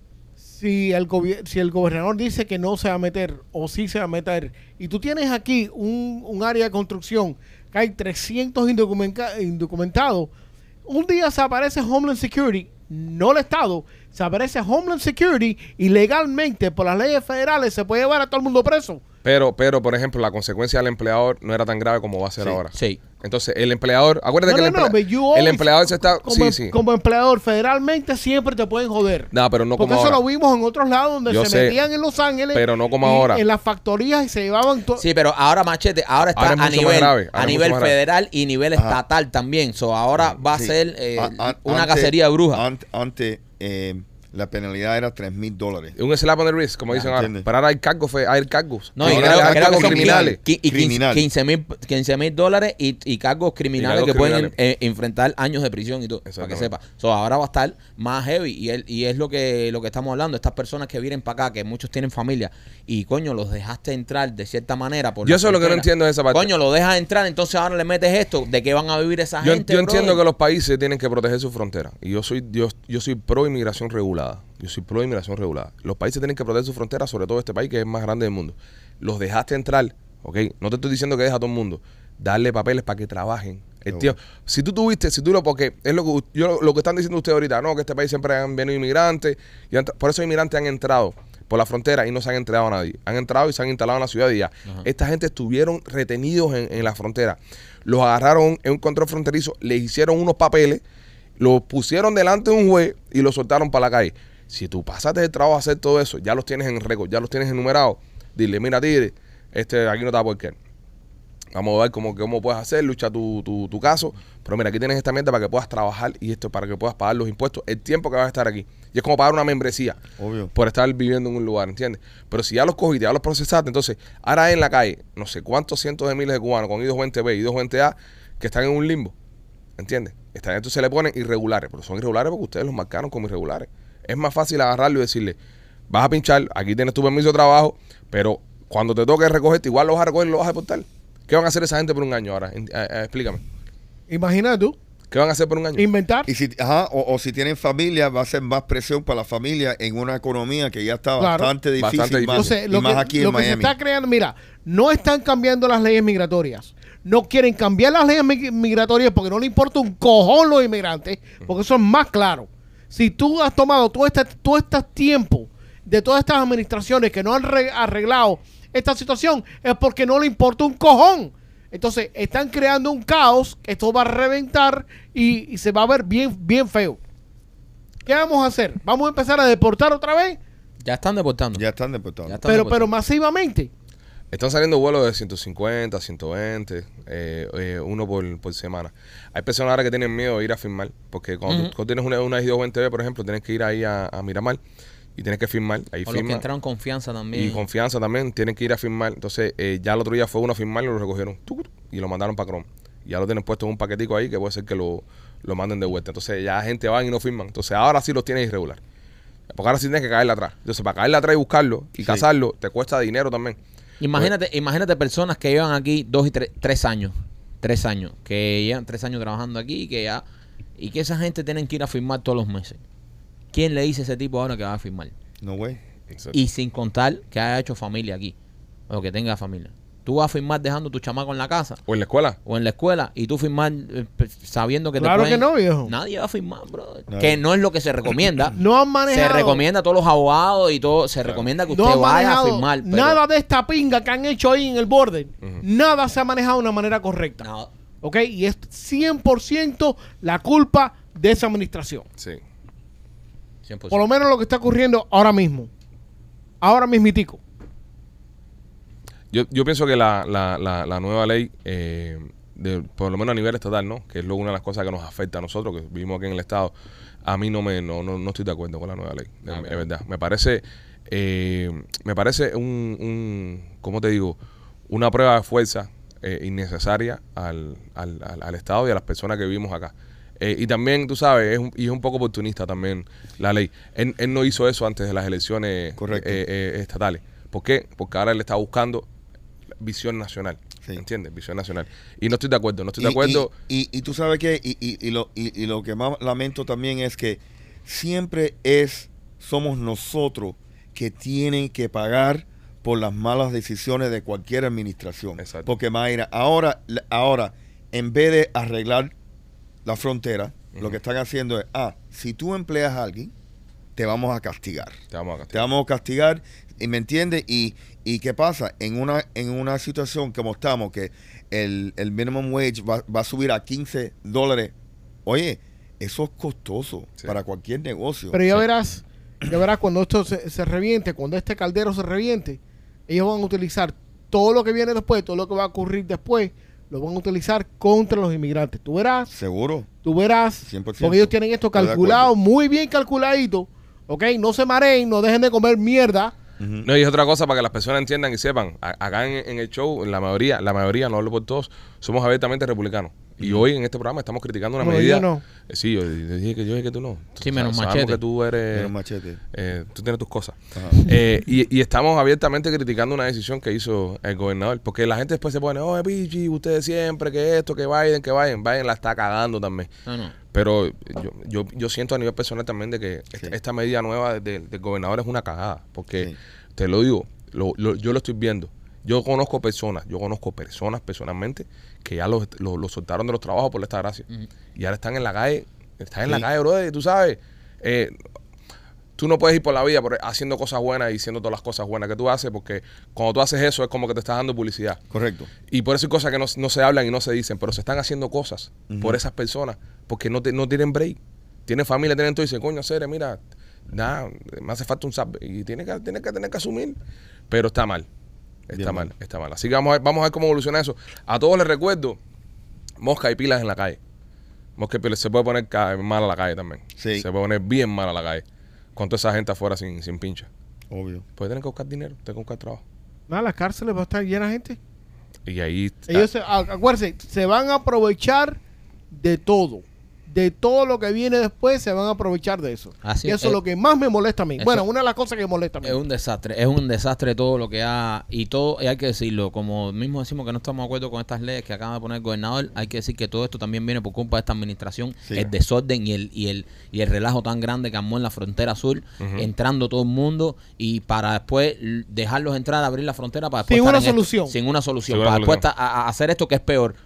Si el, gobier- si el gobernador dice que no se va a meter o sí se va a meter, y tú tienes aquí un, un área de construcción que hay trescientos indocumenta- indocumentados, un día se aparece Homeland Security, no el Estado, se aparece Homeland Security y legalmente por las leyes federales se puede llevar a todo el mundo preso. Pero, pero, por ejemplo, la consecuencia del empleador no era tan grave como va a ser Sí. ahora. Sí. Entonces, el empleador, acuérdate No, que no, el, no, emplea- but you el always- empleador se está... Como, em, Sí, sí. como empleador, federalmente siempre te pueden joder. No, pero no Porque como eso ahora. lo vimos en otros lados donde Yo se sé, metían en Los Ángeles. pero no como y ahora. En las factorías y se llevaban todo. Sí, pero ahora Machete, ahora está Ahora es a mucho más nivel, grave, ahora a es nivel mucho más grave. federal y nivel Ajá. estatal también. So, ahora va a Sí. ser eh, A- a- una antes- cacería de brujas. ant- Antes, eh, la penalidad era tres mil dólares. Un slap on the wrist, como Ya, dicen ahora. entiende. Pero ahora hay cargos, fe- hay cargos. No, y Ahora creo, hay creo cargos que son criminales. qui- y Criminal. quince mil dólares y, y cargos criminales cargos que pueden criminales. eh, enfrentar años de prisión y todo, para que Exactamente. sepa. So, ahora va a estar más heavy y, él, y es lo que, lo que estamos hablando. Estas personas que vienen para acá, que muchos tienen familia y coño, los dejaste entrar de cierta manera. Por Yo la eso es lo que no frontera. entiendo de esa parte. Coño, lo dejas entrar, entonces ahora le metes esto. ¿De qué van a vivir esa Yo, gente? yo entiendo brother? que los países tienen que proteger su frontera. Y yo soy yo, yo soy pro inmigración regulada. Yo soy pro inmigración regulada. Los países tienen que proteger su frontera, sobre todo este país que es el más grande del mundo. Los dejaste entrar, ¿ok? No te estoy diciendo que deja a todo el mundo. Darle papeles para que trabajen. El tío, si tú tuviste, si tú lo, porque es lo que u- yo, lo que están diciendo ustedes ahorita, no, que este país siempre han venido inmigrantes, y han tra- por eso inmigrantes han entrado por la frontera y no se han entregado a nadie. Han entrado y se han instalado en la ciudad y ya. Esta gente estuvieron retenidos en, en la frontera. Los agarraron en un control fronterizo, les hicieron unos papeles, los pusieron delante de un juez y los soltaron para la calle. Si tú pasaste el trabajo a hacer todo eso, ya los tienes en récord, ya los tienes enumerados, dile, mira, tigre, este, aquí no te va por qué. Vamos a ver cómo, cómo puedes hacer, lucha tu, tu, tu caso. Pero mira, aquí tienes esta mierda para que puedas trabajar y esto para que puedas pagar los impuestos, el tiempo que vas a estar aquí. Y es como pagar una membresía Obvio. por estar viviendo en un lugar, ¿entiendes? Pero si ya los cogiste, ya los procesaste, entonces ahora hay en la calle no sé cuántos cientos de miles de cubanos con I dos veinte B y I dos veinte A que están en un limbo, ¿entiendes? Están, entonces se le ponen irregulares, pero son irregulares porque ustedes los marcaron como irregulares. Es más fácil agarrarlo y decirle, vas a pinchar, aquí tienes tu permiso de trabajo, pero cuando te toque recogerte, igual lo vas a recoger y lo vas a deportar. ¿Qué van a hacer esa gente por un año ahora? En- eh, eh, explícame. Imagínate tú, ¿Qué van a hacer por un año? inventar. Y si, ajá, o, o si tienen familia, va a ser más presión para la familia en una economía que ya está Claro. bastante difícil, Bastante más, Entonces, y lo, más que, aquí lo en que se Miami. está creando, mira, no están cambiando las leyes migratorias. No quieren cambiar las leyes mi- migratorias porque no le importa un cojón los inmigrantes, porque eso es más claro. Si tú has tomado todo este, todo este tiempo de todas estas administraciones que no han re- arreglado esta situación, es porque no le importa un cojón. Entonces, están creando un caos, que esto va a reventar y, y se va a ver bien, bien feo. ¿Qué vamos a hacer? ¿Vamos a empezar a deportar otra vez? Ya están deportando. Ya están deportados. Ya están Pero, deportando. pero masivamente. Están saliendo vuelos de ciento cincuenta, ciento veinte, eh, eh, uno por, por semana. Hay personas ahora que tienen miedo de ir a firmar, porque cuando Ujú. tú, cuando tienes una, una I dos veinte B, por ejemplo, tienes que ir ahí a, a Miramar y tienes que firmar. Ahí O los que firma. entraron confianza también. Y confianza también, tienen que ir a firmar. Entonces, eh, ya el otro día fue uno a firmar y lo recogieron tuc, y lo mandaron para Chrome. Y ya lo tienen puesto en un paquetico ahí que puede ser que lo, lo manden de vuelta. Entonces, ya la gente va y no firman. Entonces, ahora sí los tienes irregular. Porque ahora sí tienes que caerle atrás. Entonces, para caerle atrás y buscarlo y Sí. cazarlo, te cuesta dinero también. Imagínate, imagínate personas que llevan aquí dos y tres, tres años. Tres años. Que llevan tres años trabajando aquí y que ya. Y que esa gente tienen que ir a firmar todos los meses. ¿Quién le dice a ese tipo ahora que va a firmar? No, güey. Exacto. Y sin contar que haya hecho familia aquí. O que tenga familia. Tú vas a firmar dejando tu chamaco en la casa O en la escuela. o en la escuela y tú firmar eh, pe- sabiendo que Claro te pueden... que no, viejo. Nadie va a firmar, bro. Nadie. Que no es lo que se recomienda. No han manejado. Se recomienda a todos los abogados y todo. Se recomienda que usted No han vaya a manejado firmar. pero- nada de esta pinga que han hecho ahí en el borde. Ujú. Nada se ha manejado de una manera correcta. No, ¿Ok? Y es cien por ciento la culpa de esa administración. Sí. cien por ciento. Por lo menos lo que está ocurriendo ahora mismo. Ahora mismitico. Yo, yo pienso que la, la, la, la nueva ley, eh, de, por lo menos a nivel estatal, ¿no? Que es lo, una de las cosas que nos afecta a nosotros, que vivimos aquí en el Estado, a mí no me no, no, no estoy de acuerdo con la nueva ley, de, Ah, de verdad. Me parece, eh, me parece un, un, ¿cómo te digo? Una prueba de fuerza eh, innecesaria al, al, al, al Estado y a las personas que vivimos acá. Eh, y también, tú sabes, es un, y es un poco oportunista también la ley. Él, él no hizo eso antes de las elecciones Correcto. eh, eh, estatales. ¿Por qué? Porque ahora él está buscando visión nacional. Sí. ¿Entiendes? Visión nacional. Y no estoy de acuerdo, no estoy Y- de acuerdo. Y, y, y tú sabes que, y, y, y, lo, y, y lo que más lamento también es que siempre es, somos nosotros que tienen que pagar por las malas decisiones de cualquier administración. Exacto. Porque Mayra, ahora, ahora, en vez de arreglar la frontera, Ujú. lo que están haciendo es, ah, si tú empleas a alguien, te vamos a castigar. Te vamos a Te castigar. vamos a castigar, y ¿me entiendes? Y, y ¿qué pasa? En una, en una situación como estamos, que el, el minimum wage va, va a subir a quince dólares, oye, eso es costoso Sí. para cualquier negocio. Pero ya Sí. verás, ya verás cuando esto se, se reviente, cuando este caldero se reviente, ellos van a utilizar todo lo que viene después, todo lo que va a ocurrir después, lo van a utilizar contra los inmigrantes. Tú verás, Seguro. tú verás, cien por ciento. porque ellos tienen esto Estoy de calculado, acuerdo. muy bien calculadito, ¿ok? No se mareen, no dejen de comer mierda. Ujú. No, y es otra cosa para que las personas entiendan y sepan. A- acá en, en el show, la mayoría, la mayoría, no hablo por todos, somos abiertamente republicanos. Y hoy en este programa estamos criticando una Bueno, medida. yo no. Eh, sí, yo, yo dije que yo dije que tú no. Sí, menos Sabemos Machete. que tú eres. Menos machete. eh, tú tienes tus cosas. Ajá. Eh, y, y estamos abiertamente criticando una decisión que hizo el gobernador. Porque la gente después se pone, oh, Pichi, ustedes siempre, que esto, que Biden, que Biden. Biden la está cagando también. No, no. Pero yo, yo, yo siento a nivel personal también de que esta, Sí. esta medida nueva de- del gobernador es una cagada. Porque, Sí. te lo digo, lo, lo- yo lo estoy viendo. Yo conozco personas, yo conozco personas personalmente que ya los lo, lo soltaron de los trabajos por esta gracia. Ujú. Y ahora están en la calle, están en la Sí. calle, brother, tú sabes. Eh, tú no puedes ir por la vida por, haciendo cosas buenas y diciendo todas las cosas buenas que tú haces, porque cuando tú haces eso es como que te estás dando publicidad. Correcto. Y por eso hay cosas que no, no se hablan y no se dicen, pero se están haciendo cosas Ujú. por esas personas, porque no, te- no tienen break. Tienen familia, tienen todo y dicen, coño, Cere, mira, nada, me hace falta un zap. Y tiene que, tiene que tener que asumir. Pero está mal. Está Bien mal, mal. está mal. Así que vamos a, ver, vamos a ver cómo evoluciona eso. A todos les recuerdo, mosca y pilas en la calle. Mosca y pilas. Se puede poner ca- mal a la calle también. Sí. Se puede poner bien mal a la calle. Con toda esa gente afuera sin, sin pincha. Obvio. Pues tienen que buscar dinero, tienen que buscar trabajo. Nada, las cárceles va a estar llenas de gente. Y ahí está. Ellos, se, a- acuérdense, se van a aprovechar de todo. De todo lo que viene después, se van a aprovechar de eso. Así y es. eso es lo que más me molesta a mí. Eso- Bueno, una de las cosas que me molesta a mí. Es un desastre, es un desastre todo lo que ha, y todo, y hay que decirlo, como mismo decimos que no estamos de acuerdo con estas leyes que acaba de poner el gobernador, hay que decir que todo esto también viene por culpa de esta administración, Sí. el desorden y el, y el, y el relajo tan grande que armó en la frontera sur, Ujú. entrando todo el mundo, y para después l- dejarlos entrar, abrir la frontera para después Sin estar una en esto, solución. sin una solución, Sin una para después solución. ta- a- a hacer esto que es peor.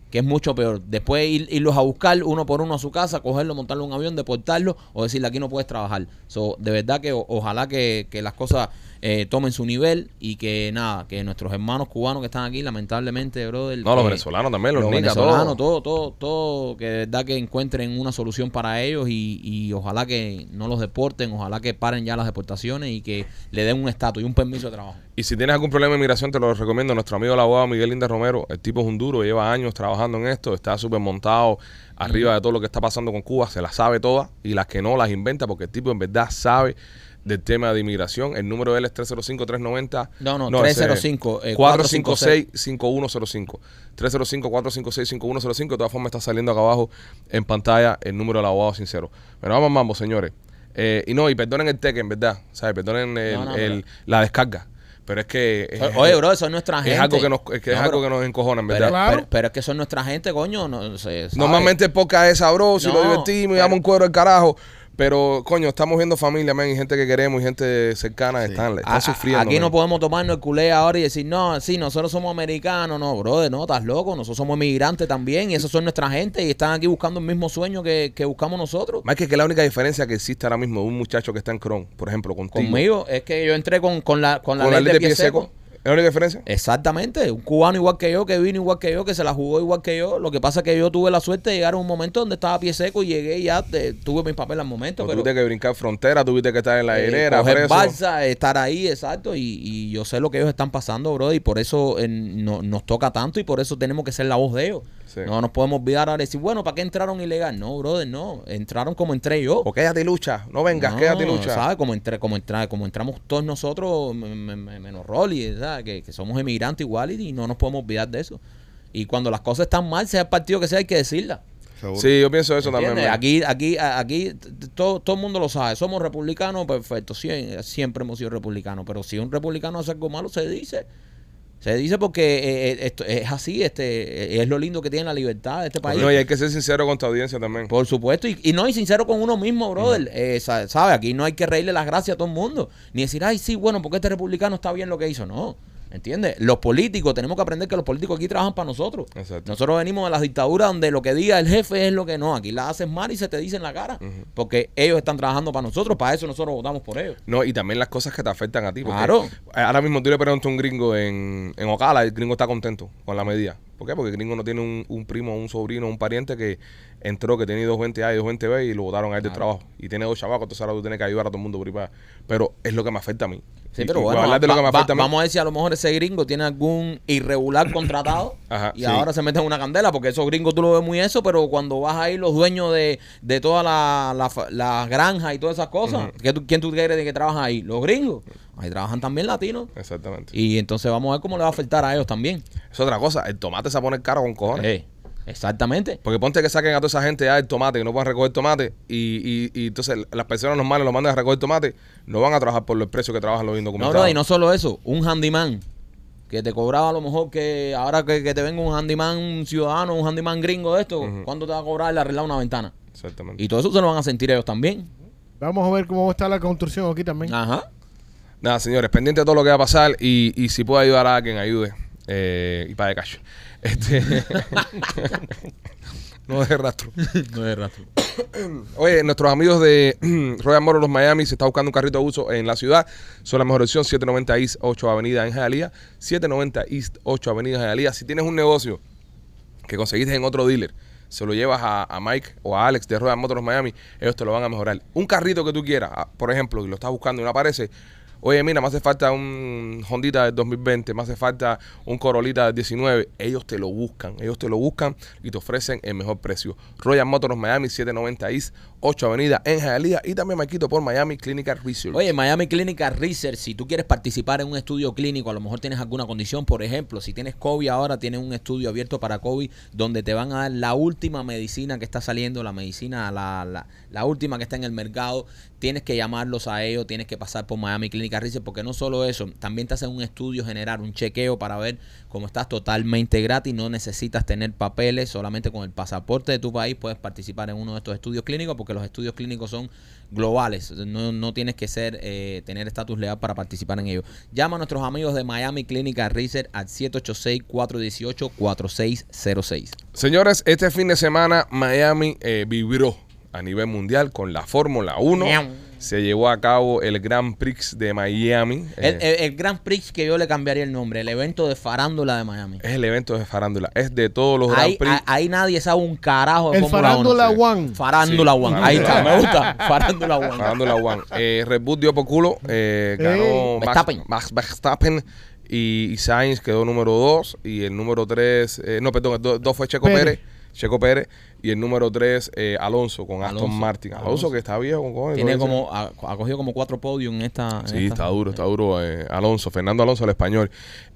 que es mucho peor. Después ir, irlos a buscar uno por uno a su casa, cogerlo, montarlo en un avión, deportarlo o decirle aquí no puedes trabajar. So, de verdad que o, ojalá que, que las cosas eh, tomen su nivel y que nada, que nuestros hermanos cubanos que están aquí, lamentablemente, brother. No, los que- venezolanos también, los, los nicas, venezolanos, todo. todo, todo, todo, que de verdad que encuentren una solución para ellos y, y ojalá que no los deporten, ojalá que paren ya las deportaciones y que le den un estatus y un permiso de trabajo. Y si tienes algún problema de inmigración, te lo recomiendo. Nuestro amigo el abogado Miguel Inda Romero, el tipo es un duro, lleva años trabajando en esto, está súper montado arriba de todo lo que está pasando con Cuba, se las sabe todas y las que no las inventa porque el tipo en verdad sabe del tema de inmigración. El número de él es tres cero cinco, tres noventa. No, no, ese- tres cero cinco, eh, cuatro cinco seis, cinco uno cero cinco. tres cero cinco, cuatro cinco seis, cinco uno cero cinco. De todas formas está saliendo acá abajo en pantalla el número del abogado sincero. Pero vamos, mambo, señores. Eh, y no, y perdonen el teque, en verdad. ¿Sabes? Perdonen el- No, no, el- pero- la descarga. Pero es que... es- Oye, bro, eso es nuestra gente. es algo que nos, es que es No, algo pero- que nos encojona, en Pero, verdad. Claro. pero, pero es que son nuestra gente, coño. No, se, ¿sabe? Normalmente el podcast es sabroso y No, lo divertimos y pero- damos un cuero al carajo. Pero, coño, estamos viendo familia, man, y gente que queremos y gente cercana Sí. están, están A- a- sufriendo. Aquí man. no podemos tomarnos el culé ahora y decir, no, sí, nosotros somos americanos. No, brother, no, estás loco. Nosotros somos inmigrantes también y esos son nuestra gente y están aquí buscando el mismo sueño que, que buscamos nosotros. Más que, que la única diferencia que existe ahora mismo de un muchacho que está en Cron, por ejemplo, contigo. Conmigo es que yo entré con, con la, con la, con ley, de pie seco. ¿Es la única diferencia? Exactamente, un cubano igual que yo, que vino igual que yo, que se la jugó igual que yo. Lo que pasa es que yo tuve la suerte de llegar a un momento donde estaba a pie seco y llegué y ya te- tuve mis papeles al momento. No, pero tuviste que brincar frontera, tuviste que estar en la eh, hilera, coger preso. balsa, estar ahí, exacto. Y, y yo sé lo que ellos están pasando, bro, y por eso eh, no- nos toca tanto y por eso tenemos que ser la voz de ellos. Sí. No nos podemos olvidar ahora y decir, bueno, ¿para qué entraron ilegal? No, brother, no. Entraron como entré yo. O quédate y lucha, no vengas, No, quédate y lucha. ¿sabes? Como, entré, como, entra, como entramos todos nosotros, me- me- me- menos Rolly, ¿sabes? Que, que somos inmigrantes igual y, y no nos podemos olvidar de eso. Y cuando las cosas están mal, sea el partido que sea, hay que decirla. Seguro. Sí, yo pienso eso también. ¿Entiendes? man. Aquí, aquí, a- aquí t- t- todo, todo el mundo lo sabe. Somos republicanos, perfecto. Sie- Siempre hemos sido republicanos. Pero si un republicano hace algo malo, se dice. Se dice porque eh, eh, esto es así. Este eh, es lo lindo que tiene la libertad de este país. No, y hay que ser sincero con tu audiencia también. Por supuesto, y, y no, y sincero con uno mismo, brother. Eh, sa- ¿Sabe? Aquí no hay que reírle las gracias a todo el mundo. Ni decir, ay, sí, bueno, porque este republicano está bien lo que hizo. No. ¿Entiendes? Los políticos, tenemos que aprender que los políticos aquí trabajan para nosotros. Exacto. Nosotros venimos de las dictaduras donde lo que diga el jefe es lo que no. Aquí la haces mal y se te dice en la cara. Porque ellos están trabajando para nosotros, para eso nosotros votamos por ellos. No, y también las cosas que te afectan a ti. Porque Claro. ahora mismo tú le preguntas a un gringo en, en Ocala, el gringo está contento con la medida. ¿Por qué? Porque el gringo no tiene un, un primo, un sobrino, un pariente que entró, que tenía dos veinte A y dos veinte B y lo botaron a él del trabajo. Y tiene dos chavacos, entonces ahora tú tienes que ayudar a todo el mundo por ahí para- Pero es lo que me afecta a mí. Sí, Y- pero y bueno, hablar de lo va- que me va- afecta a mí. vamos a ver si a lo mejor ese gringo tiene algún irregular contratado Ajá, y sí. ahora se mete en una candela, porque esos gringos tú lo ves muy eso, pero cuando vas ahí los dueños de, de todas las la, fa- las granjas y todas esas cosas, ¿qué tú- ¿quién tú crees que trabaja ahí? Los gringos. Ahí trabajan también latinos. Exactamente. Y entonces vamos a ver cómo le va a afectar a ellos también. Es otra cosa, el tomate se pone caro con cojones. Eh, exactamente. Porque ponte que saquen a toda esa gente ya el tomate, que no puedan recoger tomate, y, y, y entonces las personas normales lo mandan a recoger tomate, no van a trabajar por el precio que trabajan los No, indocumentados. bro, y no solo eso, un handyman que te cobraba a lo mejor que ahora que, que te venga un handyman, un ciudadano, un handyman gringo de esto, ¿cuánto te va a cobrar el arreglar una ventana? Exactamente. Y todo eso se lo van a sentir ellos también. Vamos a ver cómo está la construcción aquí también. Ajá. Nada, señores, pendiente de todo lo que va a pasar y, y si puede ayudar a alguien, ayude. Eh, y pague cash. Este... no deje rastro. No es rastro. Oye, nuestros amigos de Royal Motors Miami, se está buscando un carrito de uso en la ciudad. Son la mejor opción, setecientos noventa East ocho Avenida en Hialeah. setecientos noventa East ocho Avenida en Hialeah. Si tienes un negocio que conseguiste en otro dealer, se lo llevas a, a Mike o a Alex de Royal Motors Miami, ellos te lo van a mejorar. Un carrito que tú quieras, ah, por ejemplo, y lo estás buscando y no aparece. Oye, mira, me hace falta un Hondita del dos mil veinte, me hace falta un Corolita del diecinueve. Ellos te lo buscan, ellos te lo buscan y te ofrecen el mejor precio. Royal Motors Miami, setecientos noventa East ocho Avenida en Hialeah. Y también me quito por Miami Clinical Research. Oye, Miami Clinical Research, si tú quieres participar en un estudio clínico, a lo mejor tienes alguna condición, por ejemplo, si tienes COVID ahora, tienes un estudio abierto para COVID donde te van a dar la última medicina que está saliendo, la medicina, la, la, la última que está en el mercado. Tienes que llamarlos a ellos, tienes que pasar por Miami Clinical Research, porque no solo eso, también te hacen un estudio general, un chequeo para ver cómo estás totalmente gratis, no necesitas tener papeles, solamente con el pasaporte de tu país puedes participar en uno de estos estudios clínicos porque los estudios clínicos son globales. No, no tienes que ser eh, tener estatus legal para participar en ellos. Llama a nuestros amigos de Miami Clinical Research al siete ocho seis, cuatro uno ocho, cuatro seis cero seis. Señores, este fin de semana Miami eh, vibró a nivel mundial con la Fórmula uno. Se llevó a cabo el Grand Prix de Miami. El, eh, el, el Grand Prix que yo le cambiaría el nombre, el evento de farándula de Miami. es el evento de farándula. Es de todos los Ahí, Grand Prix. a- ahí nadie sabe un carajo de El Fórmula uno. Farándula sí. One. Farándula Sí. One. Ahí está, me gusta. Farándula One. Farándula One. Eh, Red Bull dio por culo. Eh, ganó Ey. Max, Verstappen. Max Verstappen y, y Sainz quedó número dos. Y el número tres, eh, no, perdón, el do- dos fue Checo Pérez. Pérez. Checo Pérez. Y el número tres, eh, Alonso, con Aston Alonso. Martin. Alonso, Alonso. que está viejo. Con Tiene como, ha, ha cogido como cuatro podios en esta. en Sí, esta- está duro, está duro. eh, Alonso, Fernando Alonso, el español.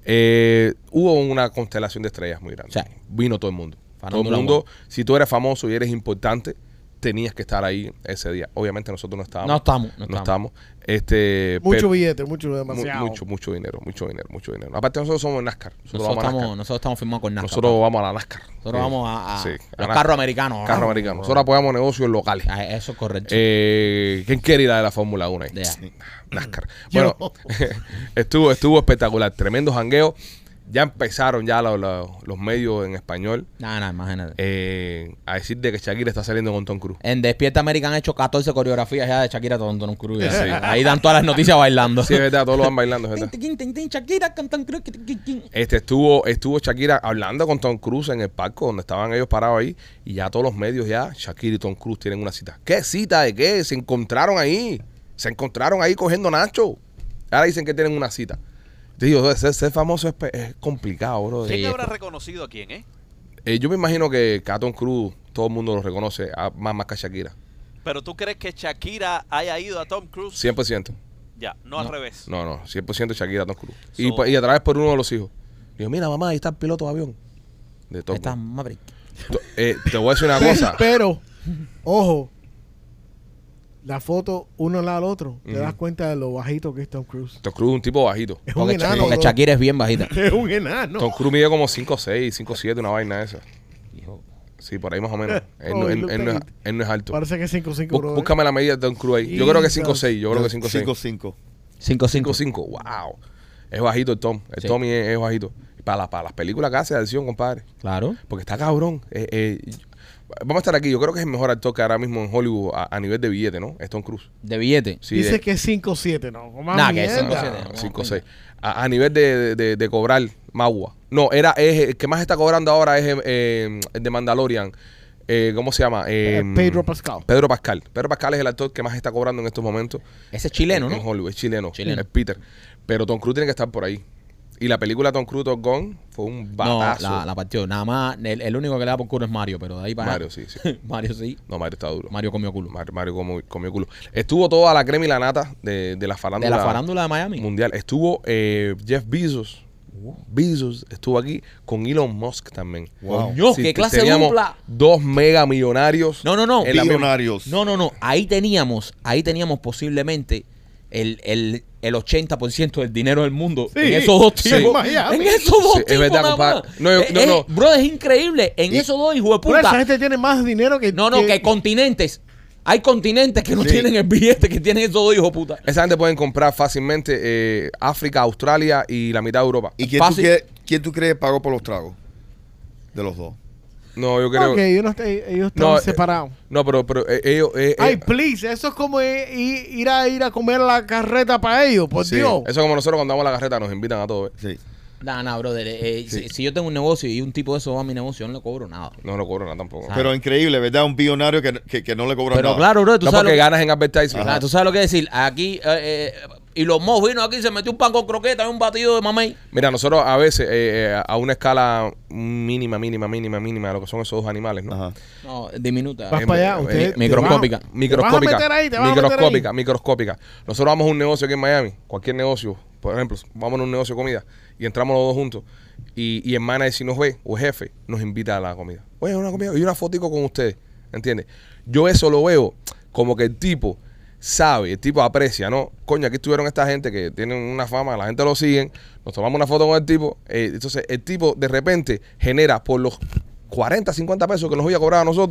Eh, hubo una constelación de estrellas muy grande. Sí. Vino todo el mundo. Todo Farándula el mundo, One. si tú eres famoso y eres importante, tenías que estar ahí ese día. Obviamente nosotros no estábamos. No estamos, no No estamos. estamos. Este, Mucho pero- billete, mucho, mu- demasiado. mucho, mucho dinero, mucho dinero, mucho dinero. Aparte nosotros somos NASCAR. Nosotros, Nosotros vamos a estamos, NASCAR. nosotros estamos firmados con NASCAR. Nosotros papá. vamos a la NASCAR. Nosotros Eh, vamos a, a sí, a los NASCAR. carros americanos. Carro americano. Nosotros apoyamos negocios locales. Ah, eso es correcto. Eh, ¿Quién quiere ir a la Fórmula uno ahí? Ya. NASCAR. Yo. Bueno, estuvo, estuvo espectacular. Tremendo jangueo. Ya empezaron ya los, los- los medios en español Nada, nada, imagínate. eh, a decir de que Shakira está saliendo con Tom Cruise. En Despierta América han hecho catorce coreografías ya de Shakira con Tom Cruise. ya. Sí. Ahí dan todas las noticias bailando. Sí, es verdad, todos lo van bailando, es verdad. Tin, tin, tin, Shakira con Tom Cruise. tin, tin, tin. Este estuvo, estuvo Shakira hablando con Tom Cruise en el parque donde estaban ellos parados ahí y ya todos los medios ya, Shakira y Tom Cruise tienen una cita. ¿Qué cita de qué? Se encontraron ahí. Se encontraron ahí cogiendo nacho. Ahora dicen que tienen una cita. Digo, ser, ser famoso es, pe- es complicado, bro. ¿Quién Sí, habrá es- reconocido a quién, eh? Eh, yo me imagino que a Tom Cruise todo el mundo lo reconoce a- más, más que a Shakira. Pero tú crees que Shakira haya ido a Tom Cruise? cien por ciento. Ya, no, al revés. No, no, cien por ciento Shakira a Tom Cruise. Y, So- pa- y a través por uno de los hijos. Digo, mira mamá, ahí está el piloto de avión. De Tom Está Cruise. Maverick. To- eh, te voy a decir una Pe- cosa. Pero, ojo, la foto uno al lado del otro, te Ujú. das cuenta de lo bajito que es Tom Cruise. Tom Cruise es un tipo bajito. Es un Porque, enano. porque bro. Shakira es bien bajita. Es un enano. Tom Cruise mide como cinco seis, cinco siete, una vaina esa. Sí, por ahí más o menos. Él no, Oh, él- look él no es, at it. él no es alto. Parece que es cinco cinco, Bú- bro. búscame la medida de Tom Cruise ahí. Yo creo que es cinco seis. Yo creo que es cinco seis. cinco cinco. cinco cinco cinco. cinco. Wow. Es bajito el Tom. El Sí. Tommy es, es bajito. Para, la- para las películas que hace de acción, compadre. Claro. Porque está cabrón. Eh, eh, vamos a estar aquí. Yo creo que es el mejor actor que ahora mismo en Hollywood a, a nivel de billete, ¿no? Es Tom Cruise. De billete. Sí, Dice de- que es cinco siete, no. Más Nah, que es mierda. cinco siete. Ah, cinco seis. A, a nivel de, de, de cobrar Magua. No, era es, el que más está cobrando ahora es eh, el de Mandalorian. Eh, ¿Cómo se llama? Eh, Eh, Pedro Pascal. Pedro Pascal. Pedro Pascal es el actor que más está cobrando en estos momentos. Ese es chileno, en, ¿no? en Hollywood. Es chileno. Chileno. Es Peter. Pero Tom Cruise tiene que estar por ahí. Y la película Tom Cruise Top Gun fue un No, batazo. la, la partió. Nada más, el, el único que le da por culo es Mario, pero de ahí para Mario, allá- sí, sí. Mario sí. No, Mario está duro. Mario comió culo. Mario, Mario comió, comió culo. Estuvo toda la crema y la nata de, de la De farándula, la farándula de Miami. mundial. Estuvo eh, Jeff Bezos. Bezos estuvo aquí con Elon Musk también. Coño, Sí, qué te- clase de teníamos dupla. dos mega millonarios. No, no, no. En la misma- Billonarios. No, no, no. Ahí teníamos, ahí teníamos posiblemente el, el, el ochenta por ciento del dinero del mundo Sí, en esos dos sí, tipos. en Miami. En esos dos Sí, es tipos. verdad, nada compadre. más. No, yo- Eh, no, eh, no. Bro, es increíble. En Y- esos dos hijos de Pero esa puta. gente tiene más dinero que... No, no, que continentes. Hay continentes que no Sí. tienen el billete que tienen esos dos hijos de puta. Esa gente pueden comprar fácilmente eh, África, Australia y la mitad de Europa. ¿Y quién tú, Fácil. crees, quién tú crees pagó por los tragos? De los dos. No, yo creo. Ok, ellos, no están- ellos están No, eh, separados. No, pero, pero eh, ellos. eh, Ay, eh, please, eso es como i- i- ir a ir a comer la carreta para ellos, por sí, Dios. eso como nosotros cuando vamos a la carreta nos invitan a todos. ¿eh? Sí. Nah, nah, brother. eh, Sí. si, si yo tengo un negocio y un tipo de eso va a mi negocio, yo no le cobro nada. No lo cobro nada tampoco. Ah. Pero increíble, ¿verdad? Un billonario que, que, que no le cobra Pero nada. claro, bro, tú No sabes, porque lo, ganas en advertising. ah, tú sabes lo que decir. Aquí, eh, eh, y los Mos vino aquí, se metió un pan con croqueta y un batido de mamey. Mira, nosotros a veces, eh, eh, a una escala mínima, mínima, mínima, mínima, de lo que son esos dos animales, ¿no? Ajá. No, diminuta. Vas eh, para allá, eh, usted... mi- microscópica. te vas a- Microscópica. Te vas a meter ahí, te vas a meter microscópica, ahí. microscópica. Nosotros vamos a un negocio aquí en Miami, cualquier negocio, por ejemplo, vamos a un negocio de comida y entramos los dos juntos y, y el manager, si nos ve, o el jefe, nos invita a la comida. Oye, una comida y una fotico con ustedes, ¿entiendes? Yo eso lo veo como que el tipo sabe, el tipo aprecia, ¿no? Coño, aquí estuvieron esta gente que tienen una fama, la gente lo siguen, nos tomamos una foto con el tipo, eh, entonces el tipo de repente genera por los cuarenta, cincuenta pesos que nos voy a cobrar a nosotros,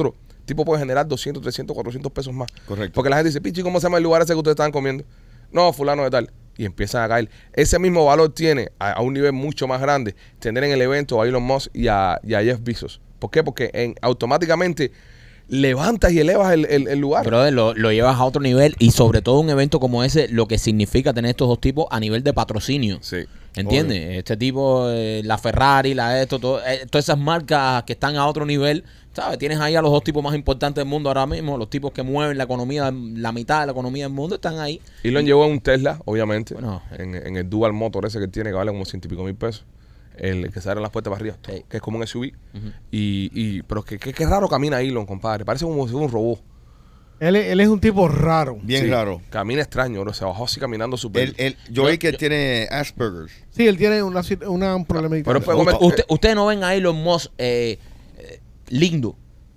tipo puede generar doscientos, trescientos, cuatrocientos pesos más. Correcto. Porque la gente dice, Pichi, ¿cómo se llama el lugar ese que ustedes estaban comiendo? No, fulano de tal. Y empiezan a caer. Ese mismo valor tiene a, a un nivel mucho más grande tener en el evento a Elon Musk y a, y a Jeff Bezos. ¿Por qué? Porque en, automáticamente levantas y elevas el, el, el lugar. Brother, lo, lo llevas a otro nivel y sobre todo un evento como ese, lo que significa tener estos dos tipos a nivel de patrocinio. Sí. ¿Entiendes? Obvio. Este tipo, eh, la Ferrari, la esto, todo, eh, todas esas marcas que están a otro nivel, ¿sabes? Tienes ahí a los dos tipos más importantes del mundo ahora mismo, los tipos que mueven la economía, la mitad de la economía del mundo están ahí. Elon llevó un Tesla, obviamente, Bueno. en, en el Dual Motor ese que él tiene, que vale como ciento y pico mil pesos. El que se abre las puertas para arriba, Sí. que es como un S U V. y, y, pero que, que, que raro camina Elon, compadre. Parece como si fuera un robot. Él, es- él es un tipo raro. Bien Sí, raro. Camina extraño, bro. Se bajó así caminando súper. Él, él, yo vi que él tiene Asperger's. Sí, él tiene una, sit- una, un problemita. Pero pues, come- Usted- Ustedes no ven a Elon Musk eh, eh, lindo.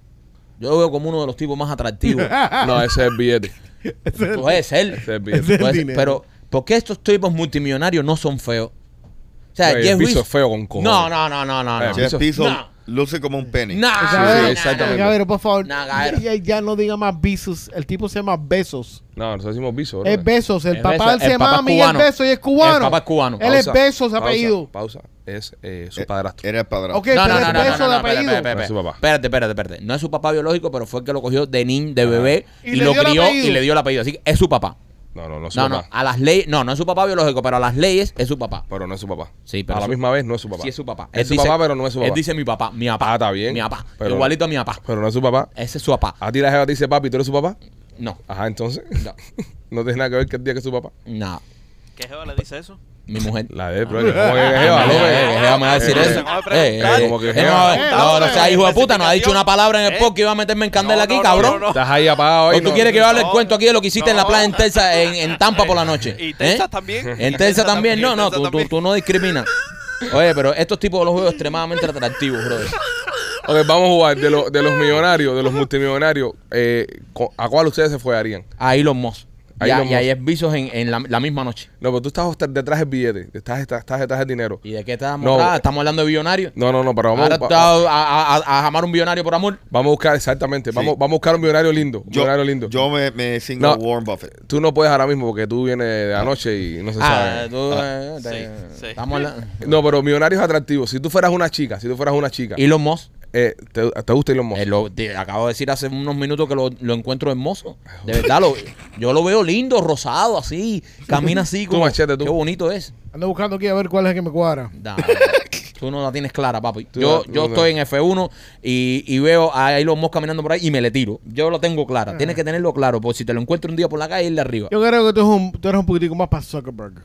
Yo lo veo como uno de los tipos más atractivos. No, ese es el billete. Ese es- Puede ser. Ese es el Ese billete. es el Puede ser, dinero. pero ¿por qué estos tipos multimillonarios no son feos? O sea, Oye, Jeff el piso Bezos- es feo con cojones. No, no, no, no, no. Eh, no. Jeff Bezos- Bezos No. luce como un penny. Nah, sí, Cabero, exactamente. Cabero, por favor. Nah, Cabero. Ya, ya no diga más Bezos. El tipo se llama Besos. No, nosotros decimos Bezos, bro. Es Besos. El Es papá Bezos, se el llama papá es Miguel cubano. Besos y es cubano. El papá es cubano. Él es Pausa, Besos pausa, apellido. Pausa. Es eh, su Eh, padrastro. Era el padrastro. Ok, No, pero no, es no, no, Besos no, de no, espérate, apellido. espérate, No es su papá. espérate, espérate, espérate. No es su papá biológico, pero fue el que lo cogió de nin, de bebé, Y y, le lo dio el crió apellido. y le dio el apellido. Así que es su papá. No, no, no es su No, no, papá. a las leyes, no, no es su papá biológico, pero a las leyes es su papá. Pero no es su papá. Sí, pero a la su- misma vez no es su papá. Sí es su papá. Es Él su dice- papá, pero no es su papá. Él dice mi papá, mi papá. Ah, está bien. Mi papá. Pero- Igualito a mi papá. Pero no es su papá. Ese es su papá. A ti la jeva te dice papi, ¿tú eres su papá? No, Ajá, entonces. No. No tiene nada que ver que el día que es su papá. no. ¿Qué jeva le dice eso? Mi mujer. La de, bro. ¿Cómo que jeva, Eh, López? eh, Jeva me va a decir Eh, eso. Tengo que Eh, preguntar. eh, Como que eh, Jeva. no, no, no sea hijo de puta, nos ha dicho una palabra en el Eh. podcast que iba a meterme en candela No, aquí, no, cabrón. no, no, no. Estás ahí apagado hoy. ¿O tú no. quieres que yo hable el No. cuento aquí de lo que hiciste en la No. playa en Telsa, en, en Tampa por la noche? Y Telsa ¿Eh? también. En Telsa también, no, no, Telsa tú, tú, también. tú no discriminas. Oye, pero estos tipos los veo extremadamente atractivos, brother. Ok, vamos a jugar. De, lo- de los millonarios, de los multimillonarios, eh, co- ¿a cuál ustedes se fueharían? A Elon Musk. A Y a, Elon y a Musk. Jeff Bezos en, en la, la misma noche. No, pero tú estás hostel- detrás del billete. Estás, estás, estás detrás del dinero. ¿Y de qué estamos No. hablando? ¿Estamos hablando de billonarios? No, no, no, pero vamos, Ahora va- está a, a, a, a amar un billonario por amor. vamos a buscar, exactamente. Sí. Vamos, vamos a buscar un millonario lindo. Un Yo, millonario lindo. yo me, me signo No. Warren Buffett. Tú no puedes ahora mismo porque tú vienes de anoche y no se Ah, sabe. tú, eh, te- Sí, sí. Estamos hablando. No, pero millonarios atractivos. Si tú fueras una chica, si tú fueras una chica, Elon Musk. eh, te, te gusta Elon Musk. Eh, lo- te- acabo de decir hace unos minutos que lo, lo encuentro hermoso. De verdad, lo, yo lo veo lindo, rosado, así. Camina así. Tú, Como, Machete, tú. Qué bonito es. Ando buscando aquí a ver cuál es el que me cuadra. Da, tú no la tienes clara, papi. Tú Yo, la- yo tú la- estoy en F uno y, y veo a Elon Musk caminando por ahí y me le tiro. Yo lo tengo clara. Tienes que tenerlo claro, porque si te lo encuentro un día por la calle, irle arriba. Yo creo que tú eres un, tú eres un poquitico más para Zuckerberg.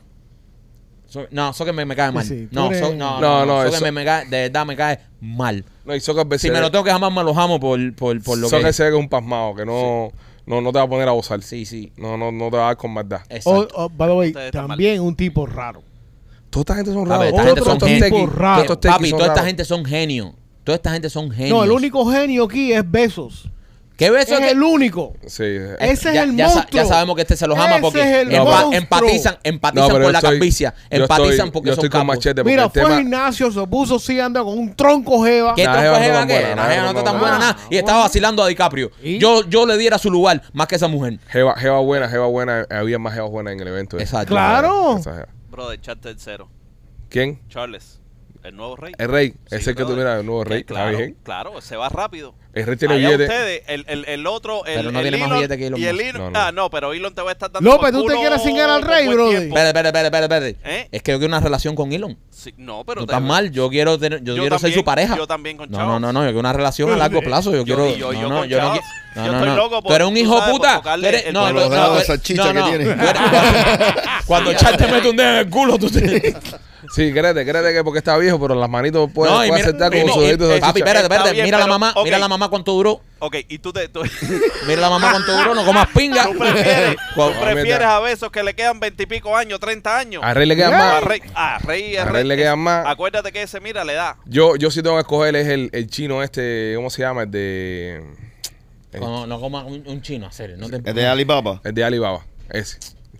So- no, eso que me, me cae mal. Sí, tú no, eres- so- no, No, no, no, no, eso eso- que me, me cae, de verdad me cae mal. No, y Zuckerberg Si se me ve- lo tengo que jamás me lo jamo por, por, por lo Zuckerberg que se ve que es un pasmado, que no, no, no te va a poner a gozar. Sí, sí. No, no, no te va a dar con maldad. O, Exacto. o, by the way, Ustedes están también un tipo raro. Toda esta gente son A ver, raros. esta gente Todos son estos genios. tequis- raro. todos estos tequis Papi, son toda esta raros. gente son genios. Toda esta gente son genios. No, el único genio aquí es Besos. ¿Qué beso Es es que- el único. Sí. eh, Ese es ya, el ya sa- monstruo. ya sabemos que este se los ama Ese porque es el empa- monstruo. empatizan, empatizan No, pero por yo la estoy- calvicie. yo Empatizan estoy- porque yo son estoy con capos. Machete porque Mira, el fue tema- al gimnasio, se puso sí, anda con un tronco jeva. ¿Qué Nah, tronco jeva es no jeva tan que? buena, La nah, jeva no no está tan tan buena buena. nada. Y estaba vacilando a DiCaprio. ¿Y? Yo, yo le diera su lugar más que esa mujer. Jeva, jeva buena, jeva buena. Había más jeva buena en el evento. ese. Exacto. Claro. Esa jeva. Brother, chat tercero. ¿Quién? Charles, el nuevo rey. El rey. Sí, Ese que tú brother. miras, el nuevo Que rey. Está Claro, bien. claro, se va rápido. El rey tiene Allá billete. ustedes, el, el, el otro, el, Pero no el tiene más Elon, billete que Elon y el Musk. Elon- No, no. Ah, no, pero Elon te va a estar dando López, por ¿tú te culo quieres cingar al por rey, buen brother? tiempo. Espérate, espérate, espérate, espérate. ¿Eh? Es que yo quiero una relación con Elon. Sí, no, pero Tú te- estás mal. Yo quiero tener, yo, Yo quiero ser también, su pareja. yo también con No, Charles. no, no, no. Yo quiero una relación a largo plazo. Yo, Yo- quiero. yo- yo no, no, con yo no Charles. quiero. No, Yo no, estoy no. loco Tú eres por- un tú hijo sabes, por puta. tocarle Tú eres- el no, culo. no, Por no, la no, salchicha no, que no. tiene. Tú eres- Cuando Char te mete un dedo en el culo, tú te. Sí, créete, créete que porque está viejo, pero las manitos puede, No, y puede mira- aceptar y con no, sus y- deditos de eh, papi, salchicha. espérate, Está espérate. bien, Mira la pero- mamá, ok. mira la mamá cuánto duró. Ok, y tú te... Tú, Mira la mamá cuánto duró, no comas pinga. tú prefieres, tú Cuau- prefieres a besos que le quedan veintipico años, treinta años. A Rey le quedan Yeah. A más. Rey, a Rey, A Rey le quedan más. Acuérdate que ese, mira, le da. Yo, yo sí tengo que escoger es el, el chino este, ¿cómo se llama? El de... El, No, no comas un, un chino, a serio. No te... Es de Alibaba. el de Alibaba. Ese.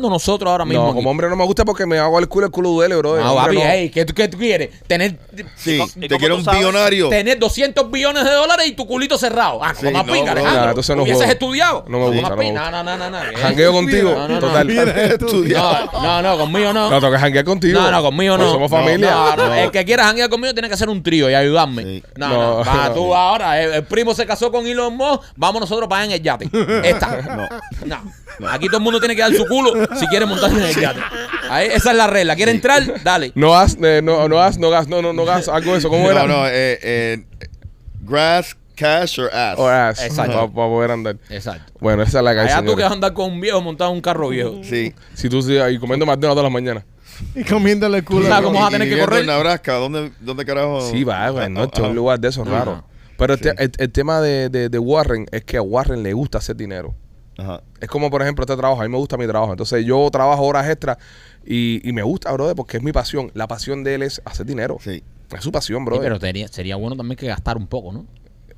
trabajando nosotros ahora mismo No, en como hombre no me gusta porque me hago el culo, el culo duele, bro. No, Hombre, papi, no. ey, ¿qué, tú- ¿qué tú quieres? Tener, Sí, ¿Y te cómo quiero tú un sabes? billonario. tener doscientos billones de dólares y tu culito cerrado. Ah, Sí, no, más no, pinga, bro. Alejandro. Nah, entonces no ¿Hubieses juego. estudiado? No me Más gusta, no me pinga. gusta. No, no, no, no. no. Jangueo contigo, No, no, no. total. Estudiado. No, no, no, conmigo no. No, tengo que janguear contigo. No, no, conmigo Pues no. somos No, familia. No, no, No. el que quiera janguear conmigo tiene que hacer un trío y ayudarme. Sí. No, No, no, va, no. tú ahora, el, el primo se casó con Elon Musk, vamos nosotros para allá en el yate. Esta. No. No. Aquí todo el mundo tiene que dar su culo si quiere montarse en el yate. Ahí, esa es la regla. ¿Quiere entrar? Dale. No has, eh, no, no has, no gas, no, no, no gas, algo de eso. ¿Cómo era? No, no, eh, eh, grass, cash or ass. O ass. Exacto. Para poder andar. Exacto. Bueno, esa es la que hay, Allá tú que señores. vas a andar con un viejo montado en un carro viejo. Sí. Si tú sigues ahí comiendo McDonald's todas las mañanas. Y comiéndole el culo. Claro, ¿cómo vas a Y- tener y que viviendo correr? en Nebraska, ¿dónde, dónde carajo? Sí, va, güey, no, este es un lugar de esos Ajá. raros. Pero el, te- Sí. el- el tema de, de, de Warren es que a Warren le gusta hacer dinero. Ajá. Es como, por ejemplo, este trabajo. A mí me gusta mi trabajo. Entonces, yo trabajo horas extras y, y me gusta, brother, porque es mi pasión. La pasión de él es hacer dinero. Sí. Es su pasión, Sí, brother. pero sería, sería bueno también que gastar un poco, ¿no?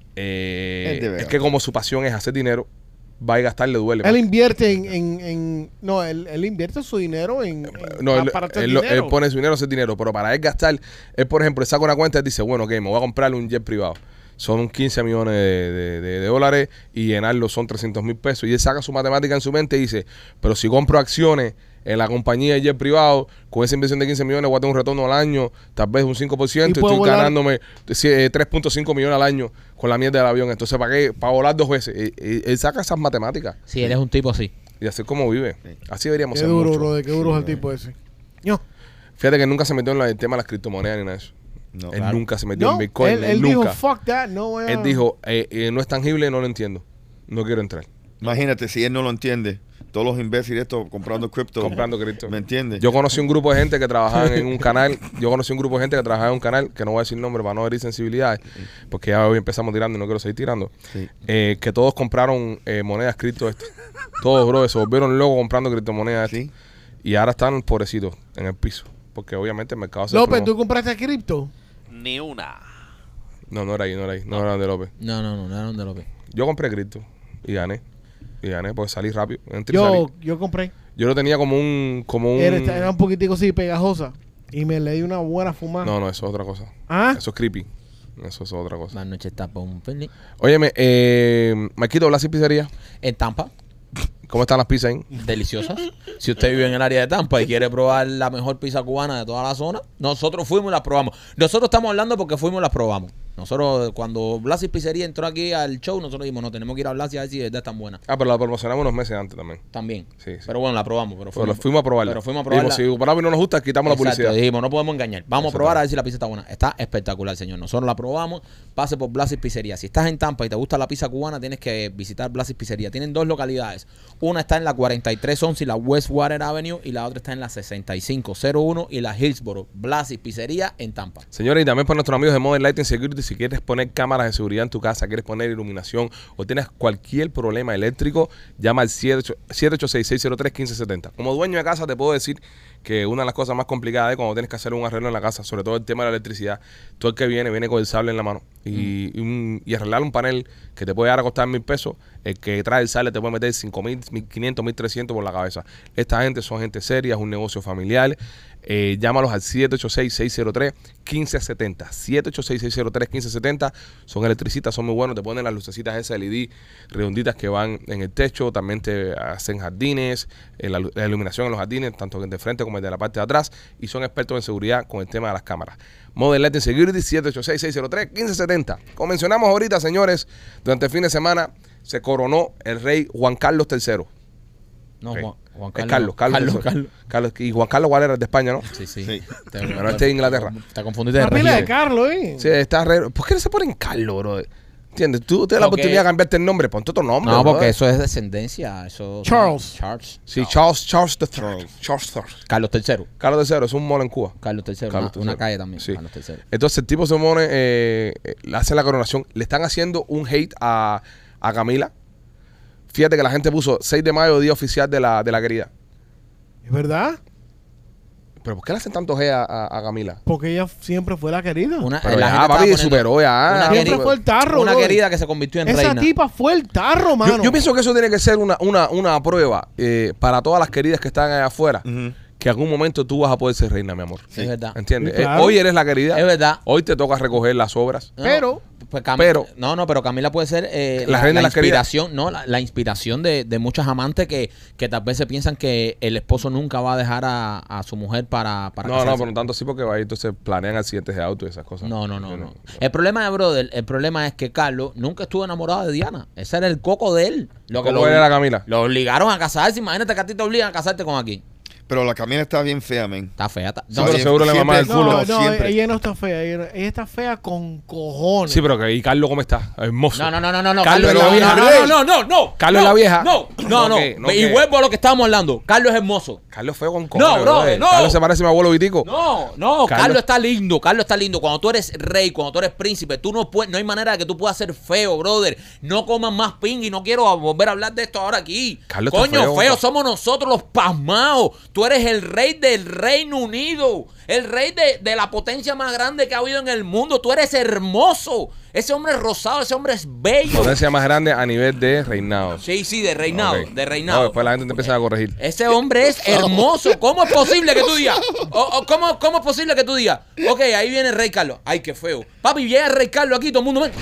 Eh, Él debe es que como su pasión es hacer dinero, va a gastar, le duele. Él man. invierte en, en, en- no, él, él invierte su dinero en, en- No, él, para hacer él lo- dinero. él pone su dinero a hacer dinero, pero para él gastar, él, por ejemplo, él saca una cuenta y dice, bueno, ok, me voy a comprarle un jet privado. Son quince millones de, de- de- de dólares y llenarlo son trescientos mil pesos. Y él saca su matemática en su mente y dice, pero si compro acciones en la compañía de jet privado, con esa inversión de quince millones voy a tener un retorno al año, tal vez un cinco por ciento, Y y puedo estoy volar. ganándome eh, tres punto cinco millones al año con la mierda del avión. Entonces, ¿para qué? Para volar dos veces. Él, él- él saca esas matemáticas Sí, él es un tipo así. y así es como vive. Así deberíamos Qué ser duro, mucho. bro, de qué duro es el tipo ese. No, Fíjate que nunca se metió en la- el tema de las criptomonedas ni nada de eso. No. Él Claro. nunca se metió no en Bitcoin. él, él él nunca. dijo, fuck that, no voy a... Él dijo, eh, eh, no es tangible, no lo entiendo. No quiero entrar. Imagínate si él no lo entiende. Todos los imbéciles estos comprando cripto. Comprando cripto. ¿Me entiendes? Yo conocí un grupo de gente que trabajaban en un canal. Yo conocí un grupo de gente que trabajaba en un canal, que no voy a decir nombre para no herir sensibilidades, porque ya hoy empezamos tirando y no quiero seguir tirando. Sí. Eh, que todos compraron eh, monedas cripto. Estas. Todos, bro, se volvieron locos comprando criptomonedas. Sí. Y ahora están pobrecitos en el piso. Porque obviamente el mercado se López, desplomó. ¿tú compraste cripto? Ni una. No, no era ahí, no era ahí. No era de López. No, no, no, no era donde lo ve. Yo compré cripto y gané. Y gané porque salí rápido. Entré y Yo, salí. yo compré. Yo lo tenía como un... Como un... Era, era un poquitico así pegajosa. Y me le di una buena fumada. No, no, eso es otra cosa. ¿Ah? Eso es creepy. Eso es otra cosa. La noche está por un peli. Óyeme, eh, Marquito, ¿Blas y Pizzería? En Tampa, ¿Cómo están las pizzas ahí? deliciosas. Si usted vive en el área de Tampa y quiere probar la mejor pizza cubana de toda la zona, nosotros fuimos y la probamos. Nosotros estamos hablando porque fuimos y las probamos. Nosotros, cuando Blas y Pizzería entró aquí al show, nosotros dijimos, no, tenemos que ir a Blas y a ver si de verdad es tan buena. Ah, pero la promocionamos unos meses antes también. También. Sí, sí. Pero bueno, la probamos. Pero Pero fuimos, fuimos a probarla. Pero fuimos a probarla. Dijimos, si por algo no nos gusta, quitamos la Exacto, publicidad. dijimos, no podemos engañar. Vamos Eso a probar está. a ver si la pizza está buena. Está espectacular, señor. Nosotros la probamos. Pase por Blas y Pizzería. Si estás en Tampa y te gusta la pizza cubana, tienes que visitar Blas y Pizzería. Tienen dos localidades. Una está en la cuarenta y tres once y la Westwater Avenue y la otra está en la sesenta y cinco cero uno y la Hillsboro. Blas y Pizzería en Tampa. Señores, y también por nuestros amigos de Modern Lighting Security, si quieres poner cámaras de seguridad en tu casa, quieres poner iluminación o tienes cualquier problema eléctrico, llama al siete ocho seis, seis cero tres, uno cinco siete cero. Como dueño de casa te puedo decir que una de las cosas más complicadas es cuando tienes que hacer un arreglo en la casa, sobre todo el tema de la electricidad. Todo el que viene, viene con el sable en la mano y, y, un- y arreglar un panel que te puede dar a costar mil pesos, el que trae el sable te puede meter cinco mil, mil quinientos, mil trescientos por la cabeza. Esta gente son gente seria, es un negocio familiar. Eh, llámalos al siete ocho seis, seis cero tres, uno cinco siete cero. siete ocho seis, seis cero tres, uno cinco siete cero. Son electricistas, son muy buenos. Te ponen las lucecitas esas L E D redonditas que van en el techo. También te hacen jardines, eh, la, la iluminación en los jardines, tanto el de frente como el de la parte de atrás. Y son expertos en seguridad con el tema de las cámaras. Modern Lighting Security, siete ocho seis, seis cero tres, uno cinco siete cero. Como mencionamos ahorita, señores, durante el fin de semana se coronó el rey Juan Carlos tercero. No, Ok. Juan, Juan Es Carlos. Carlos, Carlos, Carlos, tercero. Carlos. Carlos. Y Juan Carlos Guarera es de España, ¿no? Sí, sí. Sí. Te- Pero este es de Inglaterra. Te confundiste de Una pila de región. Carlos, ¿eh? Sí, está re... ¿Por qué no se ponen Carlos, bro? ¿Entiendes? Tú tienes la Porque- oportunidad de cambiarte el nombre, ponte otro nombre. No, bro. porque eso es descendencia. Eso, Charles. Charles. Sí, Charles, Charles the Third. Charles. Charles the Third. Carlos tercero. Carlos tercero, es un mall en Cuba. Carlos tercero. Carlos una, tercero. una calle también. Sí. Carlos tercero. Entonces el tipo se pone, eh, eh, le hace la coronación. Le están haciendo un hate a, a Camila. Fíjate que la gente puso seis de mayo, día oficial de la, de la querida. ¿Es verdad? ¿Pero por qué le hacen tanto hate a, a, a Camila? Porque ella siempre fue la querida. Una, Pero la ya, gente estaba papi, poniendo superó ya. una Siempre querida- fue el tarro, Una bro. querida que se convirtió en Esa reina. tipa fue el tarro, mano. Yo, yo pienso que eso tiene que ser una, una, una prueba eh, para todas las queridas que están allá afuera. Ujú. que en algún momento tú vas a poder ser reina, mi amor. Es verdad. ¿Entiendes? Sí, claro. Eh, hoy eres la querida. Es verdad. Hoy te toca recoger las obras. No, Pero- pues Cam- pero- no, no, pero Camila puede ser eh, La reina de las queridas. inspiración, no, la, la inspiración de, de muchas amantes que, que tal vez se piensan que el esposo nunca va a dejar a, a su mujer para, para No, no, casarse. por lo tanto sí, porque ahí entonces planean accidentes de auto y esas cosas. No, no, no, Yo no. El problema de brother, el problema es que Carlos nunca estuvo enamorado de Diana. Ese era el coco de él. Lo que ¿Cómo lo, era la Camila? lo obligaron a casarse. Imagínate que a ti te obligan a casarte con aquí. Pero la Camila está bien fea, men. Está fea. Está, Sí, no, pero Oye, seguro le mamá el siempre- culo. No, no, siempre. ella no está fea. Ella, ella está fea con cojones. Sí, pero que y Carlos, ¿cómo está? Hermoso. no, no, no, no, no, no. Carlos Carlos es la no, vieja. no, no, no, no. Carlos es no, la vieja. No, no, No, no. que- no, y que- vuelvo a lo que estábamos hablando. Carlos es hermoso. Carlos feo con No, cojones, brother, brother. no. Carlos se parece a mi abuelo Vitico. No, no, Carlos- Carlos, está lindo, Carlos está lindo. Cuando tú eres rey, cuando tú eres príncipe, tú no puedes, no hay manera de que tú puedas ser feo, brother. No comas más ping y no quiero volver a hablar de esto ahora aquí. Carlos está Coño, feo, feo, papá. somos nosotros los pasmados. Tú eres el rey del Reino Unido, el rey de, de la potencia más grande que ha habido en el mundo. Tú eres hermoso. Ese hombre es rosado, ese hombre es bello. Potencia más grande a nivel de reinado. Sí, sí, de reinado, Ok. de No, reinado. después la gente te empieza a corregir. Ese hombre es hermoso. ¿Cómo es posible que tú digas? O- o ¿cómo, ¿Cómo es posible que tú digas? Ok, ahí viene el Rey Carlos. Ay, qué feo. Papi, llega el Rey Carlos aquí, todo el mundo me...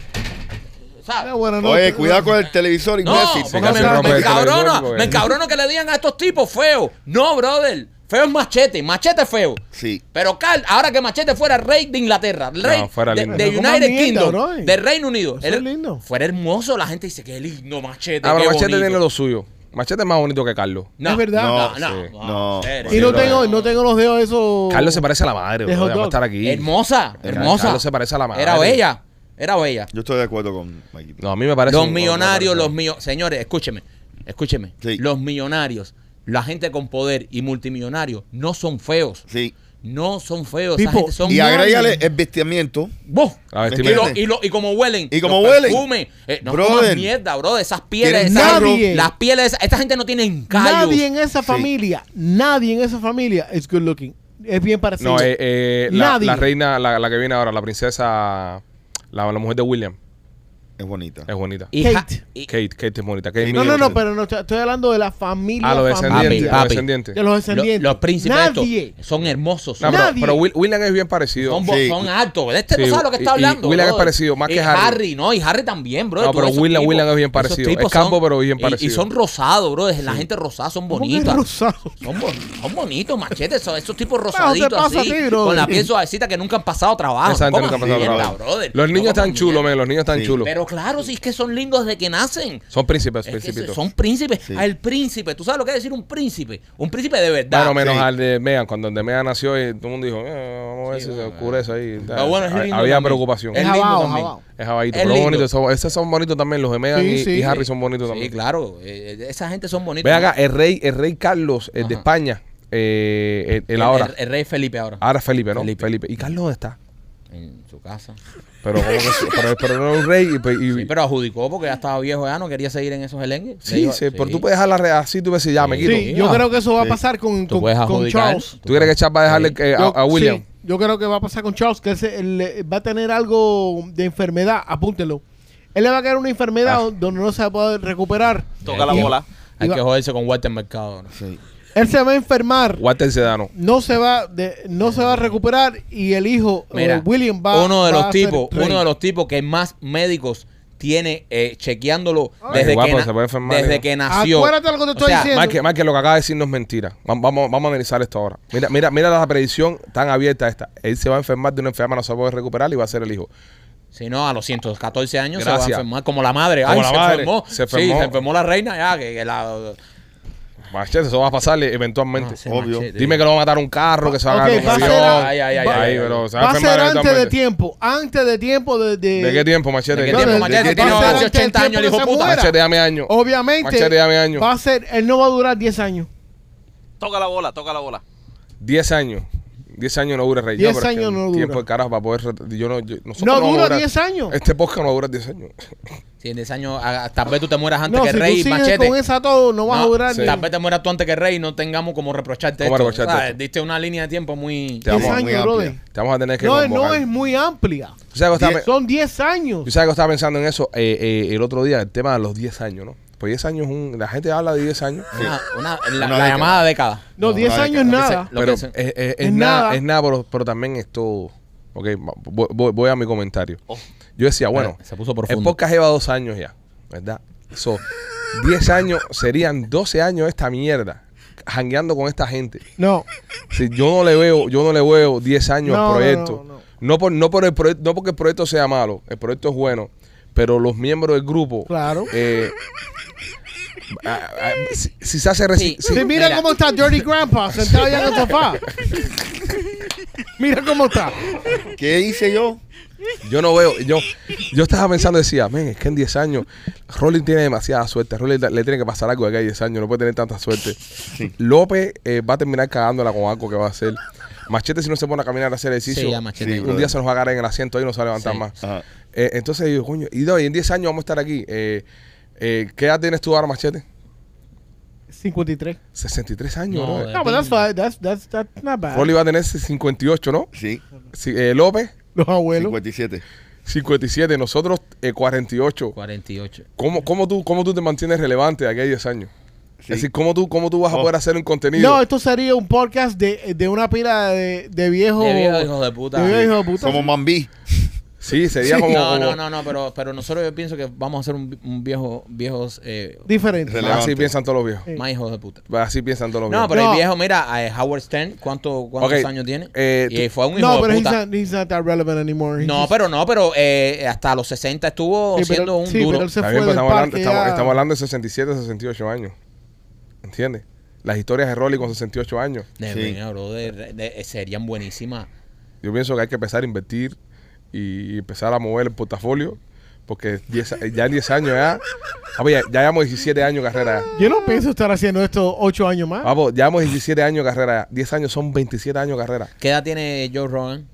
¿Sabes? Ah, bueno, no, Oye, no, cuidado no. con el televisor y No, Netflix. porque casi me, rompe me el televisor, encabrona, porque- me encabrona que le digan a estos tipos feos. No, brother. Feo es Machete. Machete es feo. Sí. Pero Carl, ahora que Machete fuera rey de Inglaterra, el rey No, fuera de, lindo. de Pero ¿cómo United mierda, Kingdom, bro? del Reino Unido, Eso es él- lindo. fuera hermoso, la gente dice que lindo Machete. Ah, pero qué Machete bonito. tiene lo suyo. Machete es más bonito que Carlos. No, Es verdad. No, no, Sí, no, no. serio. Y no Sí, tengo, brother. no tengo los dedos esos. Carlos se parece a la madre, De bro. hot Vamos a dog. estar aquí. Hermosa, hermosa. Carlos se parece a la madre. Era bella, era bella. Yo estoy de acuerdo con Mikey. No, a mí me parece. Los un- millonarios, me los parece- millonarios, señores, escúcheme, escúcheme. Sí. Los millonarios, la gente con poder y multimillonarios no son feos, Sí. no son feos. Esa Pipo, gente son Y Nadie. agrégale el vestimiento. ¡Buf! A ver, Y, dime. lo- y, lo- y como huelen. Y como los huelen. perfumes. Eh, no Brother. comas mierda, bro. Esas pieles. Tienen Esas, Nadie. Las pieles. esas- Esta gente no tiene callos. Nadie en esa familia, nadie en esa familia es good looking. Es bien parecido. No, eh, eh, la, Nadie. la reina, la, la que viene ahora, la princesa, la, la mujer de William, Es bonita. es bonita. Y Kate. ja- y- Kate, Kate es bonita. Kate Sí. no, no, Middleton. no, pero no, estoy estoy hablando de la familia. Ah, los familia. descendientes. Papi, Los descendientes. De los lo- descendientes. los príncipes Nadie. estos son hermosos. No, Son, pero, Nadie. pero Will- William es bien parecido. son, bo- Sí. son altos. Este Sí, no sabe lo que está y- y hablando. William es brother. parecido, más que Y Harry. no, y Harry también, bro. No, Tú pero esos William- tipos- William es bien esos parecido. tipos Es calvo, son- pero bien y- parecido. Y son rosados, bro. La gente rosada son ¿Cómo que bonitas. rosado? Son, bo- son bonitos, machete. Son esos tipos te rosaditos pasa así. a ti, bro? con la piel suavecita que nunca han pasado trabajo. Esa gente No nunca ha coman pasado mierda, trabajo. brother. Los niños No están coman chulos, mierda. men. Los niños están Sí. chulos. Pero claro, sí es que son lindos desde que nacen. Son príncipes, Es que principitos. son príncipes. Sí. El príncipe. ¿Tú sabes lo que es decir un príncipe? Un príncipe de verdad. Bueno, menos Sí. al de Megan. Cuando el de Megan nació, y todo el mundo dijo, eh, vamos a ver Sí, si se bueno, oscurece ahí. Pero bueno, es Hay- lindo Había también. preocupación. Es Es lindo jabao, también. jabao. Es jabadito. Es Pero lindo. bonitos. Son, esos son bonitos también. Los de Megan Sí, y, sí. y Harry son bonitos Sí, también. claro. Eh, esa gente son bonitos. Ve acá, el rey, el rey Carlos, el de Ajá. España, eh, el, el El- ahora. El, el rey Felipe ahora. Ahora Felipe, ¿no? Felipe. Felipe. ¿Y Carlos dónde está? En su casa. Pero, ¿cómo que sí? pero, pero no es un rey. Y, pues, y- Sí, pero adjudicó porque ya estaba viejo, ya no quería seguir en esos elengues. Le sí, dijo- sí, pero tú puedes dejarla re- así, tú ves si ya me Sí. quito. Sí, yo Ah. creo que eso va a Sí. pasar con, Tú con, puedes con adjudicar. Charles. ¿Tú crees que Charles va a dejarle eh, a, Yo- a William? sí, yo creo que va a pasar con Charles, que ese, él, eh, va a tener algo de enfermedad, apúntelo. Él le va a caer una enfermedad Ah. donde no se va a poder recuperar. Toca la Y- bola. Hay Iba- que joderse con Walter Mercado. ¿no? Sí. Él se va a enfermar, Walter Sedano. no se va de, no se va a recuperar y el hijo eh, Mira, William va, uno de va los a ser tipos, rey. uno de los tipos que más médicos tiene eh, chequeándolo Ay, desde, guapo, que, na- se puede enfermar, desde ¿no? que nació. Acuérdate lo que te O estoy sea, diciendo. Mike, Mike, lo que acaba de decir no es mentira. Va- Vamos, vamos a analizar esto ahora. Mira, mira, mira la predicción tan abierta esta. Él se va a enfermar de una enfermedad, no se va a poder recuperar y va a ser el hijo. Si no, a los ciento catorce años se va a Gracias. enfermar como la madre. Como Ay, la se, madre. enfermó. Se enfermó. Sí, se enfermó la reina ya. Que, que la, Machete, eso va a pasarle eventualmente. No, ese Obvio. machete. Dime que lo va a matar un carro, que se va a Ok, agarrar un va a ser avión. a- Ay, ay, ay, va- ay, Ahí, ay, pero se Va a ser enfermar antes de eventualmente. tiempo, antes de tiempo de... ¿De, ¿De qué tiempo, Machete? ¿De qué No, tiempo, de- Machete? de- Tiene va a ser casi antes del ochenta años el tiempo hijo que de se puta. muera. Machete, dame años. Obviamente Machete, dame años. va a ser, él no va a durar diez años. Toca la bola, toca la bola. diez años. diez años no dura rey. diez No, pero es que años no dura. Tiempo de carajo para poder. re- Yo no, yo- nosotros No vamos a dura durar- diez años. Este podcast no va a durar diez años. Si en diez años, a- tal vez tú te mueras antes No, que si el tú rey, sigues Machete. con esa todo, no vas a No, durar sí. ni Tal vez te mueras tú antes que el rey y no tengamos como reprocharte ¿Cómo esto. reprocharte ¿Sabes? esto? Diste una línea de tiempo muy... Te diez vamos- muy años, amplia. brother. Te vamos a tener que No, convocar. no es muy amplia. ¿Tú sabes que estaba, Diez- Son diez años. tú sabes que estaba pensando en eso eh, eh, el otro día, el tema de los diez años, ¿no? pues diez años, es un, la gente habla de diez años. Una, una- la, Una la década. llamada década. No, No, diez una años es década. nada. Lo Pero que se- es, es- es Es nada, nada. es nada, pero, pero también es todo. Ok, voy, voy- voy a mi comentario. Oh. Yo decía, bueno, Se puso el profundo. podcast lleva dos años ya, ¿verdad? So, diez años serían doce años de esta mierda, jangueando con esta gente. No. Si yo no le veo, yo no le veo diez años No, al no, proyecto. no, no. No, por, no, por el proyecto, no porque el proyecto sea malo, el proyecto es bueno, pero los miembros del grupo, Claro. eh, a- a- si, si se hace reci- Sí. si- Sí, mira, Mira. cómo está Dirty Grandpa sentado allá en el sofá. Mira cómo está. ¿Qué hice yo? yo no veo, yo, yo estaba pensando, decía, men, es que en diez años, Rolly tiene demasiada suerte, Rolly le tiene que pasar algo de acá a diez años, no puede tener tanta suerte. López eh, va a terminar cagándola con algo que va a hacer. Machete, si no se pone a caminar a hacer ejercicio, Sí, ya Machete. Sí, un brother. día se nos va a agarrar en el asiento ahí y no se va a levantar Sí. más. Ajá. Eh, entonces digo, coño, y, no, y en diez años vamos a estar aquí. Eh, eh, ¿Qué edad tienes tú ahora, Machete? cincuenta y tres. sesenta y tres años, No, ¿no? eh. No, but that's fine. That's, that's, that's not bad. Rolly va a tener cincuenta y ocho, ¿no? Sí, Sí, eh, López, Los abuelos. cincuenta y siete. cincuenta y siete. Nosotros, eh, cuarenta y ocho. cuarenta y ocho. ¿Cómo, cómo, tú, ¿Cómo tú te mantienes relevante de aquí a diez años? Sí. Es decir, ¿cómo tú, cómo tú vas a Oh. poder hacer un contenido? No, esto sería un podcast de, de una pila de, de viejos. De viejos hijos de puta. de viejos hijos de puta. Somos Mambí. Sí, sería como... No, como- no, no, no, pero, pero nosotros yo pienso que vamos a hacer un, un viejo, viejos, eh, Diferentes. Relevante. Así piensan todos los viejos. Sí. más hijos de puta. Así piensan todos los No, viejos. pero No. el viejo, mira, eh, Howard Stern, ¿cuánto, ¿cuántos Ok, años tiene? eh, y tú- fue un hijo No, de pero he's puta. not, he's not that relevant anymore. He's No, just- pero no, pero eh, hasta los sesenta estuvo Sí, pero- siendo un sí, duro. pero él se Está fue bien, pero del estamos, hablando, parque estamos, ya. estamos hablando de sesenta y siete, sesenta y ocho años. ¿Entiendes? Las historias de Rolly con sesenta y ocho años. De Sí. verdad, brother, de- de- serían buenísimas. Yo pienso que hay que empezar a invertir y empezar a mover el portafolio. Porque diez ya en diez años ya... Papi, ya, ya llevamos diecisiete años de carrera ya. Yo no pienso estar haciendo esto ocho años más. Vamos, llevamos diecisiete años de carrera ya. diez años son veintisiete años de carrera. ¿Qué edad tiene Joe Rogan?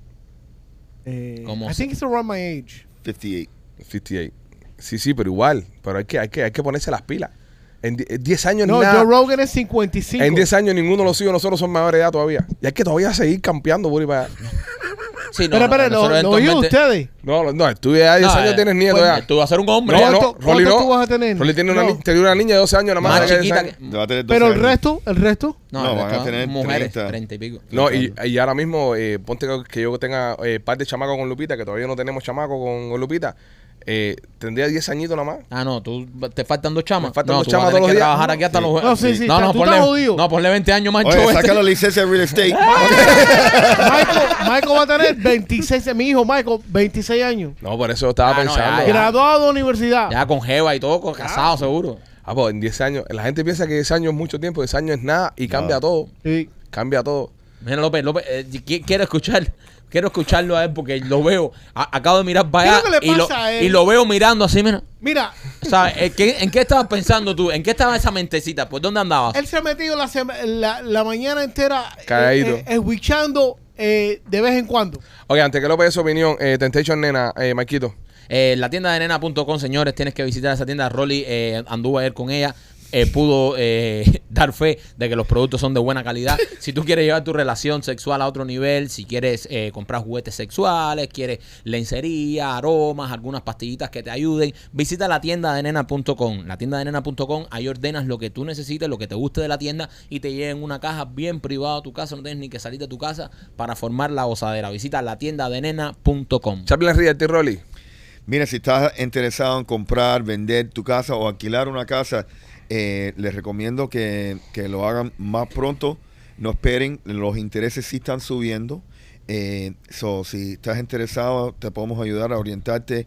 Eh, ¿Cómo I se- think it's around my age. cincuenta y ocho. cincuenta y ocho. Sí, sí, pero igual. Pero hay que, hay que, hay que ponerse las pilas. En die- en diez años No, nada. Joe Rogan es cincuenta y cinco. En diez años ninguno de los hijos de nosotros son mayores de edad todavía. Y hay que todavía seguir campeando por ahí para allá. Sí, Espera, espera, lo- nosotros lo oyen eventualmente- ustedes. No, no, tú ya diez No, años eh, tienes nieto bueno, ya. Tú vas a ser un hombre. No, ¿Cuánto- no, Rolly cuánto no. tú vas a tener? Rolly tiene una, No. ni- tiene una niña de doce años nada más. Más de diez chiquita años. que... Va a tener Pero doce el años. resto, el resto. No, No, el van a resto, tener mujeres, treinta. treinta y pico. No, y, y ahora mismo, eh, ponte que- que yo tenga eh, par de chamacos con Lupita, que todavía no tenemos chamacos con, con Lupita, eh, tendría diez añitos nada más. Ah, no, tú te faltan dos chamas. Me faltan no, dos tú vas a chamas tener todos que los días. trabajar aquí hasta Sí. los No, sí, sí, No, está- no, tú ponle, estás jodido. no, ponle veinte años más, Oye, Joe, saca este. la licencia de real estate. Michael, Michael va a tener veintiséis, mi hijo Michael, veintiséis años. No, por eso estaba Ah, no, pensando. ya, ya. Graduado de universidad. Ya con jeva y todo, con casado seguro. Ah, pues en diez años, la gente piensa que diez años es mucho tiempo, diez años es nada y cambia No. todo. Sí. Cambia todo. Mira, López, López, eh, qui- quiero escuchar, quiero escucharlo a él porque lo veo, a- acabo de mirar para ¿Qué es allá lo que le y, lo, pasa a él? y lo veo mirando así, mira. Mira, ¿Sabes? ¿En qué, ¿En qué estabas pensando tú? ¿En qué estaba esa mentecita? ¿Por dónde andabas? él se ha metido la, sema- la, la mañana entera eh, Cagadito. eh, escuchando eh, de vez en cuando. Oye, antes que López dé su opinión, eh, Temptation Nena, eh, Marquito. Eh, la tienda de nena punto com, señores, tienes que visitar esa tienda. Rolly eh, anduvo ayer con ella. Eh, pudo eh, dar fe de que los productos son de buena calidad. Si tú quieres llevar tu relación sexual a otro nivel, si quieres eh, comprar juguetes sexuales, quieres lencería, aromas, algunas pastillitas que te ayuden, visita la tienda de nena punto com. La tienda de nena punto com, ahí ordenas lo que tú necesites, lo que te guste de la tienda y te llega en una caja bien privada a tu casa. No tienes ni que salir de tu casa para formar la gozadera. Visita la tienda de nena punto com. Chaplin Realty, Rolly. Mira, si estás interesado en comprar, vender tu casa o alquilar una casa, eh, les recomiendo que, que lo hagan más pronto. No esperen, los intereses sí están subiendo. Eh, so, si estás interesado, te podemos ayudar a orientarte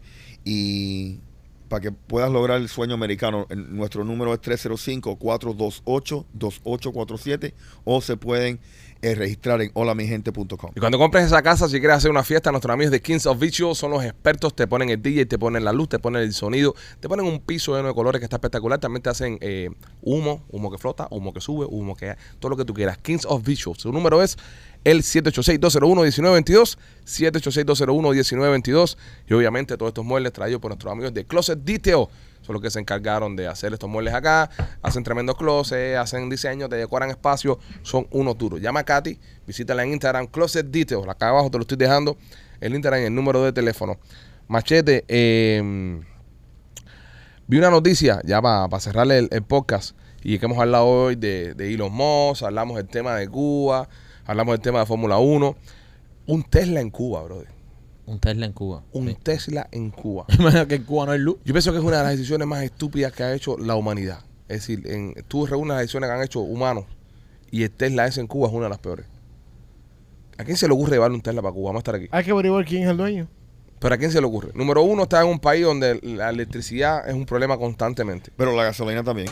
y para que puedas lograr el sueño americano. El- nuestro número es tres cero cinco, cuatro dos ocho, dos ocho cuatro siete o se pueden eh, registrar en hola mi gente punto com. Y cuando compres esa casa, si quieres hacer una fiesta, nuestros amigos de Kings of Visuals son los expertos. Te ponen el D J, te ponen la luz, te ponen el sonido, te ponen un piso lleno de colores que está espectacular. También te hacen eh, humo, humo que flota, humo que sube, humo que... todo lo que tú quieras. Kings of Visuals. Su número es el siete ocho seis, dos cero uno, uno nueve dos dos, siete ocho seis, dos cero uno, uno nueve dos dos. Y obviamente todos estos muebles traídos por nuestros amigos de Closet Detail. Son los que se encargaron de hacer estos muebles acá. Hacen tremendos closets, hacen diseños, te decoran espacios. Son unos duros. Llama a Katy, visítala en Instagram, Closet Detail. Acá abajo te lo estoy dejando. El Instagram y el número de teléfono. Machete, eh, Vi una noticia, ya para pa cerrar el, el podcast, y que hemos hablado hoy de, de Elon Musk, hablamos del tema de Cuba, hablamos del tema de Fórmula uno. Un Tesla en Cuba, brother. Un Tesla en Cuba. Un Sí. Tesla en Cuba. Imagina que en Cuba no hay luz. Yo pienso que es una de las decisiones más estúpidas que ha hecho la humanidad. Es decir, en, tú reúnes las decisiones que han hecho humanos y el Tesla ese en Cuba es una de las peores. ¿A quién se le ocurre llevarle un Tesla para Cuba? Vamos a estar aquí. Hay que averiguar quién es el dueño. ¿Pero a quién se le ocurre? Número uno, está en un país donde la electricidad es un problema constantemente. Pero la gasolina también.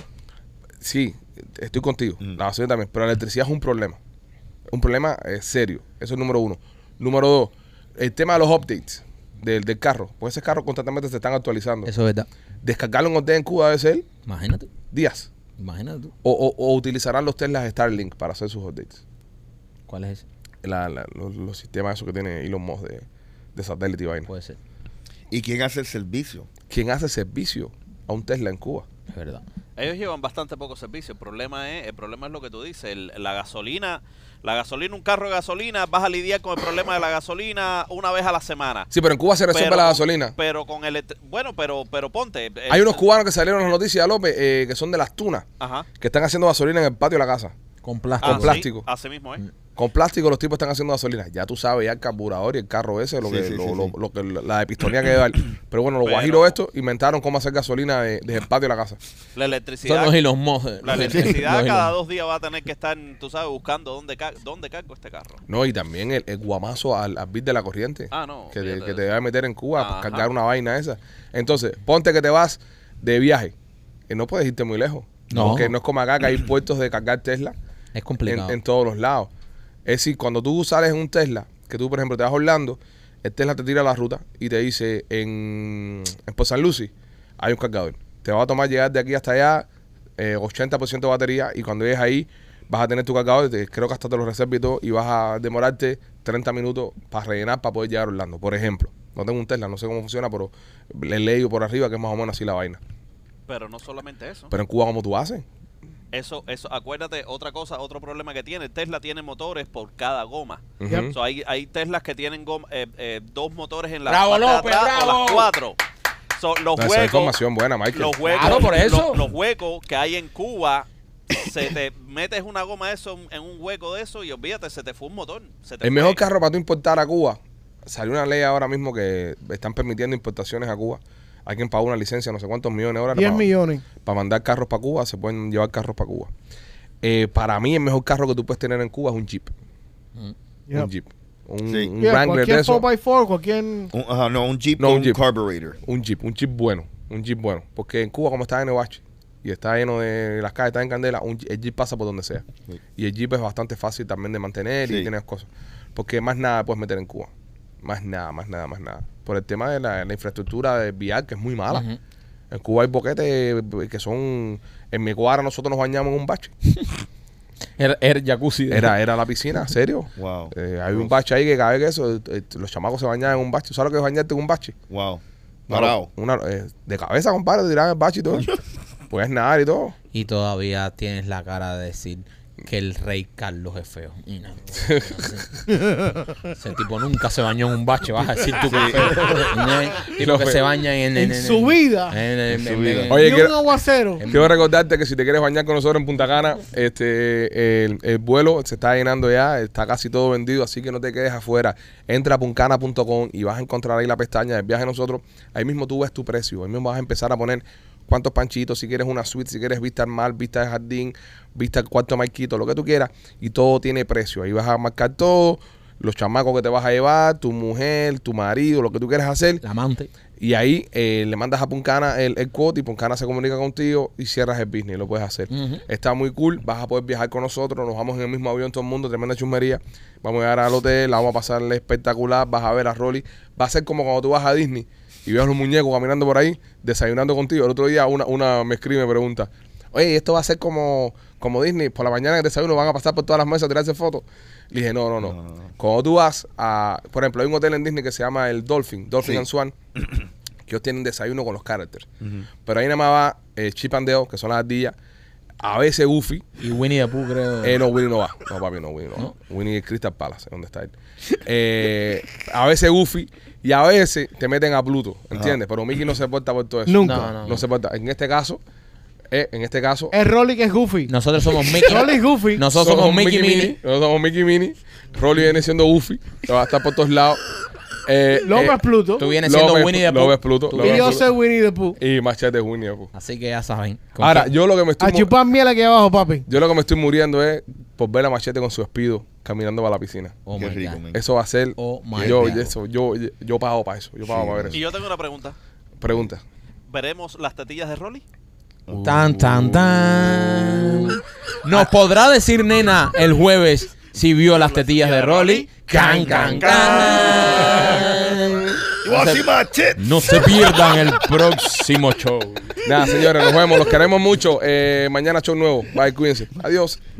Sí, estoy contigo. Mm. La gasolina también. Pero la electricidad es un problema. Un problema eh, serio. Eso es número uno. Número dos, el tema de los updates del, del carro. Porque esos carros constantemente se están actualizando. Eso es verdad. Descargarlo en hotel en Cuba debe ser Imagínate. días. Imagínate tú. O, o, o utilizarán los Teslas Starlink para hacer sus updates. ¿Cuál es ese? La, la- los, los sistemas esos que tiene Elon Musk de, de satélite y vaina. Puede ser. ¿Y quién hace el servicio? ¿Quién hace servicio a un Tesla en Cuba? Es verdad. Ellos llevan bastante poco servicio. El problema es, el problema es lo que tú dices. el- la gasolina, la gasolina, un carro de gasolina, vas a lidiar con el problema de la gasolina una vez a la semana. Sí, pero en Cuba se resuelve Pero la con- gasolina. Pero con el, bueno, pero, pero ponte. eh, Hay unos cubanos que salieron en las noticias, López, eh, que son de las tunas, Ajá. que están haciendo gasolina en el patio de la casa. Con plástico. Con plástico. Sí, así mismo, ¿eh? Con plástico los tipos están haciendo gasolina. Ya tú sabes, ya el carburador y el carro ese, lo Sí, que, sí, lo, sí, lo- sí. lo que la de pistonía que debe dar. Pero bueno, los Pero- guajiros estos inventaron cómo hacer gasolina de- desde el patio de la casa. La Son electricidad. los Elon Musk. La Los- electricidad los cada Elon- dos días va a tener que estar, tú sabes, buscando dónde, ca- dónde cargo este carro. No, y también el, el guamazo al, al bit de la corriente. Ah, no, Que te, olvídate que de te va a meter en Cuba para Ajá. cargar una vaina esa. Entonces, ponte que te vas de viaje. Y no puedes irte muy lejos. No. Porque no es como acá que hay puertos de cargar Tesla Es en, complicado. en todos los lados. Es decir, cuando tú sales en un Tesla, que tú, por ejemplo, te vas a Orlando, el Tesla te tira la ruta y te dice en, en Port San Lucie hay un cargador. Te va a tomar llegar de aquí hasta allá eh, ochenta por ciento de batería y cuando llegues ahí vas a tener tu cargador, te- creo que hasta te lo reserva y todo, y vas a demorarte treinta minutos para rellenar para poder llegar a Orlando, por ejemplo. No tengo un Tesla, no sé cómo funciona, pero le leí por arriba que es más o menos así la vaina. Pero no solamente eso. Pero en Cuba, ¿cómo tú haces? Eso, eso, acuérdate, otra cosa, otro problema que tiene, Tesla tiene motores por cada goma. Ujú. Yep. So, hay, hay Teslas que tienen goma- eh, eh, dos motores en la ¡Bravo, parte de López, atrás o bravo! las cuatro. So, los No, esa es huecos, información buena, Michael. los huecos, Claro, por eso. Los, los huecos que hay en Cuba, se te metes una goma de eso en un hueco de eso y olvídate, se te fue un motor. Se te El fue. mejor carro para tú importar a Cuba, salió una ley ahora mismo que están permitiendo importaciones a Cuba. Hay quien paga una licencia, no sé cuántos millones de dólares diez para, millones. para mandar carros para Cuba. Se pueden llevar carros para Cuba. Eh, para mí, el mejor carro que tú puedes tener en Cuba es un Jeep. Yep. Un Jeep. Un, Sí. un Yeah, Wrangler de cualquier eso. cuatro por cuatro, cualquier... Un- ajá, no, un Jeep No, con un Jeep. carburetor. Un Jeep. Un Jeep bueno. Un Jeep bueno. Porque en Cuba, como está en el bache y está lleno de las calles, está en candela, un, Jeep- el Jeep pasa por donde sea. Sí. Y el Jeep es bastante fácil también de mantener y Sí. tiene cosas. Porque más nada puedes meter en Cuba. Más nada, más nada, más nada. Por el tema de la, la infraestructura de vial, que es muy mala. Ujú. En Cuba hay boquetes que son... En mi cuadra nosotros nos bañamos en un bache. Era, era jacuzzi. de- Era, era la piscina, serio. Wow. Eh, hay un bache ahí que cada vez que eso, eh, los chamacos se bañaban en un bache. ¿Sabes lo que es bañarte en un bache? Wow. Una- Parado. Una, eh, de cabeza, compadre, te tiran el bache y todo. Puedes nadar y todo. Y todavía tienes la cara de decir que el rey Carlos es feo. Y no. Ese tipo nunca se bañó en un bache, vas a decir tú que es feo. ¿No? Tipo que se baña en, En su vida. en- en- En su en- vida. en- Oye, y quiero- un aguacero. Quiero recordarte que si te quieres bañar con nosotros en Punta Cana, este, el, el vuelo se está llenando ya, está casi todo vendido, así que no te quedes afuera. Entra a puncana punto com y vas a encontrar ahí la pestaña del viaje de nosotros. Ahí mismo tú ves tu precio, ahí mismo vas a empezar a poner cuántos panchitos, si quieres una suite, si quieres vista al mar, vista de jardín, vista al cuarto marquito, lo que tú quieras, y todo tiene precio. Ahí vas a marcar todo, los chamacos que te vas a llevar, tu mujer, tu marido, lo que tú quieras hacer. La amante. Y ahí eh, le mandas a Puncana el, el quote y Puncana se comunica contigo y cierras el business, lo puedes hacer. Ujú. Está muy cool, vas a poder viajar con nosotros, nos vamos en el mismo avión todo el mundo, tremenda chusmería. Vamos a llegar al hotel, la vamos a pasarle espectacular, vas a ver a Rolly. Va a ser como cuando tú vas a Disney y ves a los muñecos caminando por ahí, desayunando contigo. El otro día una, una me escribe y me pregunta, oye, esto va a ser como, como Disney, por la mañana en el desayuno van a pasar por todas las mesas a tirarse fotos. Le dije, no, no, no. No, no, no. Cuando tú vas a, por ejemplo, hay un hotel en Disney que se llama el Dolphin, Dolphin Sí. and Swan, que ellos tienen desayuno con los characters. Ujú. Pero ahí nada más va eh, Chip and Dale, que son las ardillas. a veces Goofy. Y Winnie the Pooh, creo. Eh, no, Winnie no va. No, papi, no, Winnie no, va. Winnie es Crystal Palace, ¿dónde está él? Eh, a veces Goofy y a veces te meten a Pluto, ¿entiendes? Pero Mickey no se porta por todo eso. Nunca. No, no, No se porta. En este caso, eh, en este caso, Es Rolly que es Goofy. Nosotros somos Mickey. Rolly es Goofy. Nosotros somos, Mickey Minnie. Nosotros somos Mickey Minnie. Rolly viene siendo Goofy, que va a estar por todos lados. Eh, López eh, Pluto. Tú vienes siendo López- Winnie the Pooh. López Pluto, Tú López Y vienes- yo Pluto. soy Winnie the Pooh. Y Machete es Winnie the Pooh. Así que ya saben. ¿Con Ahora, qué? yo lo que me estoy A mu- chupar miel aquí abajo, papi. yo lo que me estoy muriendo es por ver a Machete con su espido caminando para la piscina. Oh Qué my rico, God. man. Eso va a ser. Oh my yo, God. eso, yo, yo, yo pago para eso. Yo pago Sí, para ver Y eso. yo tengo una pregunta. Pregunta. ¿Veremos las tetillas de Rolly? Tan, tan, tan. Nos podrá decir Nena el jueves si vio las tetillas de Rolly. Can, can, can. You wanna see my tits? No se pierdan el próximo show. Nada, señores, nos vemos. Los queremos mucho. Eh, mañana show nuevo. Bye, cuídense. Adiós.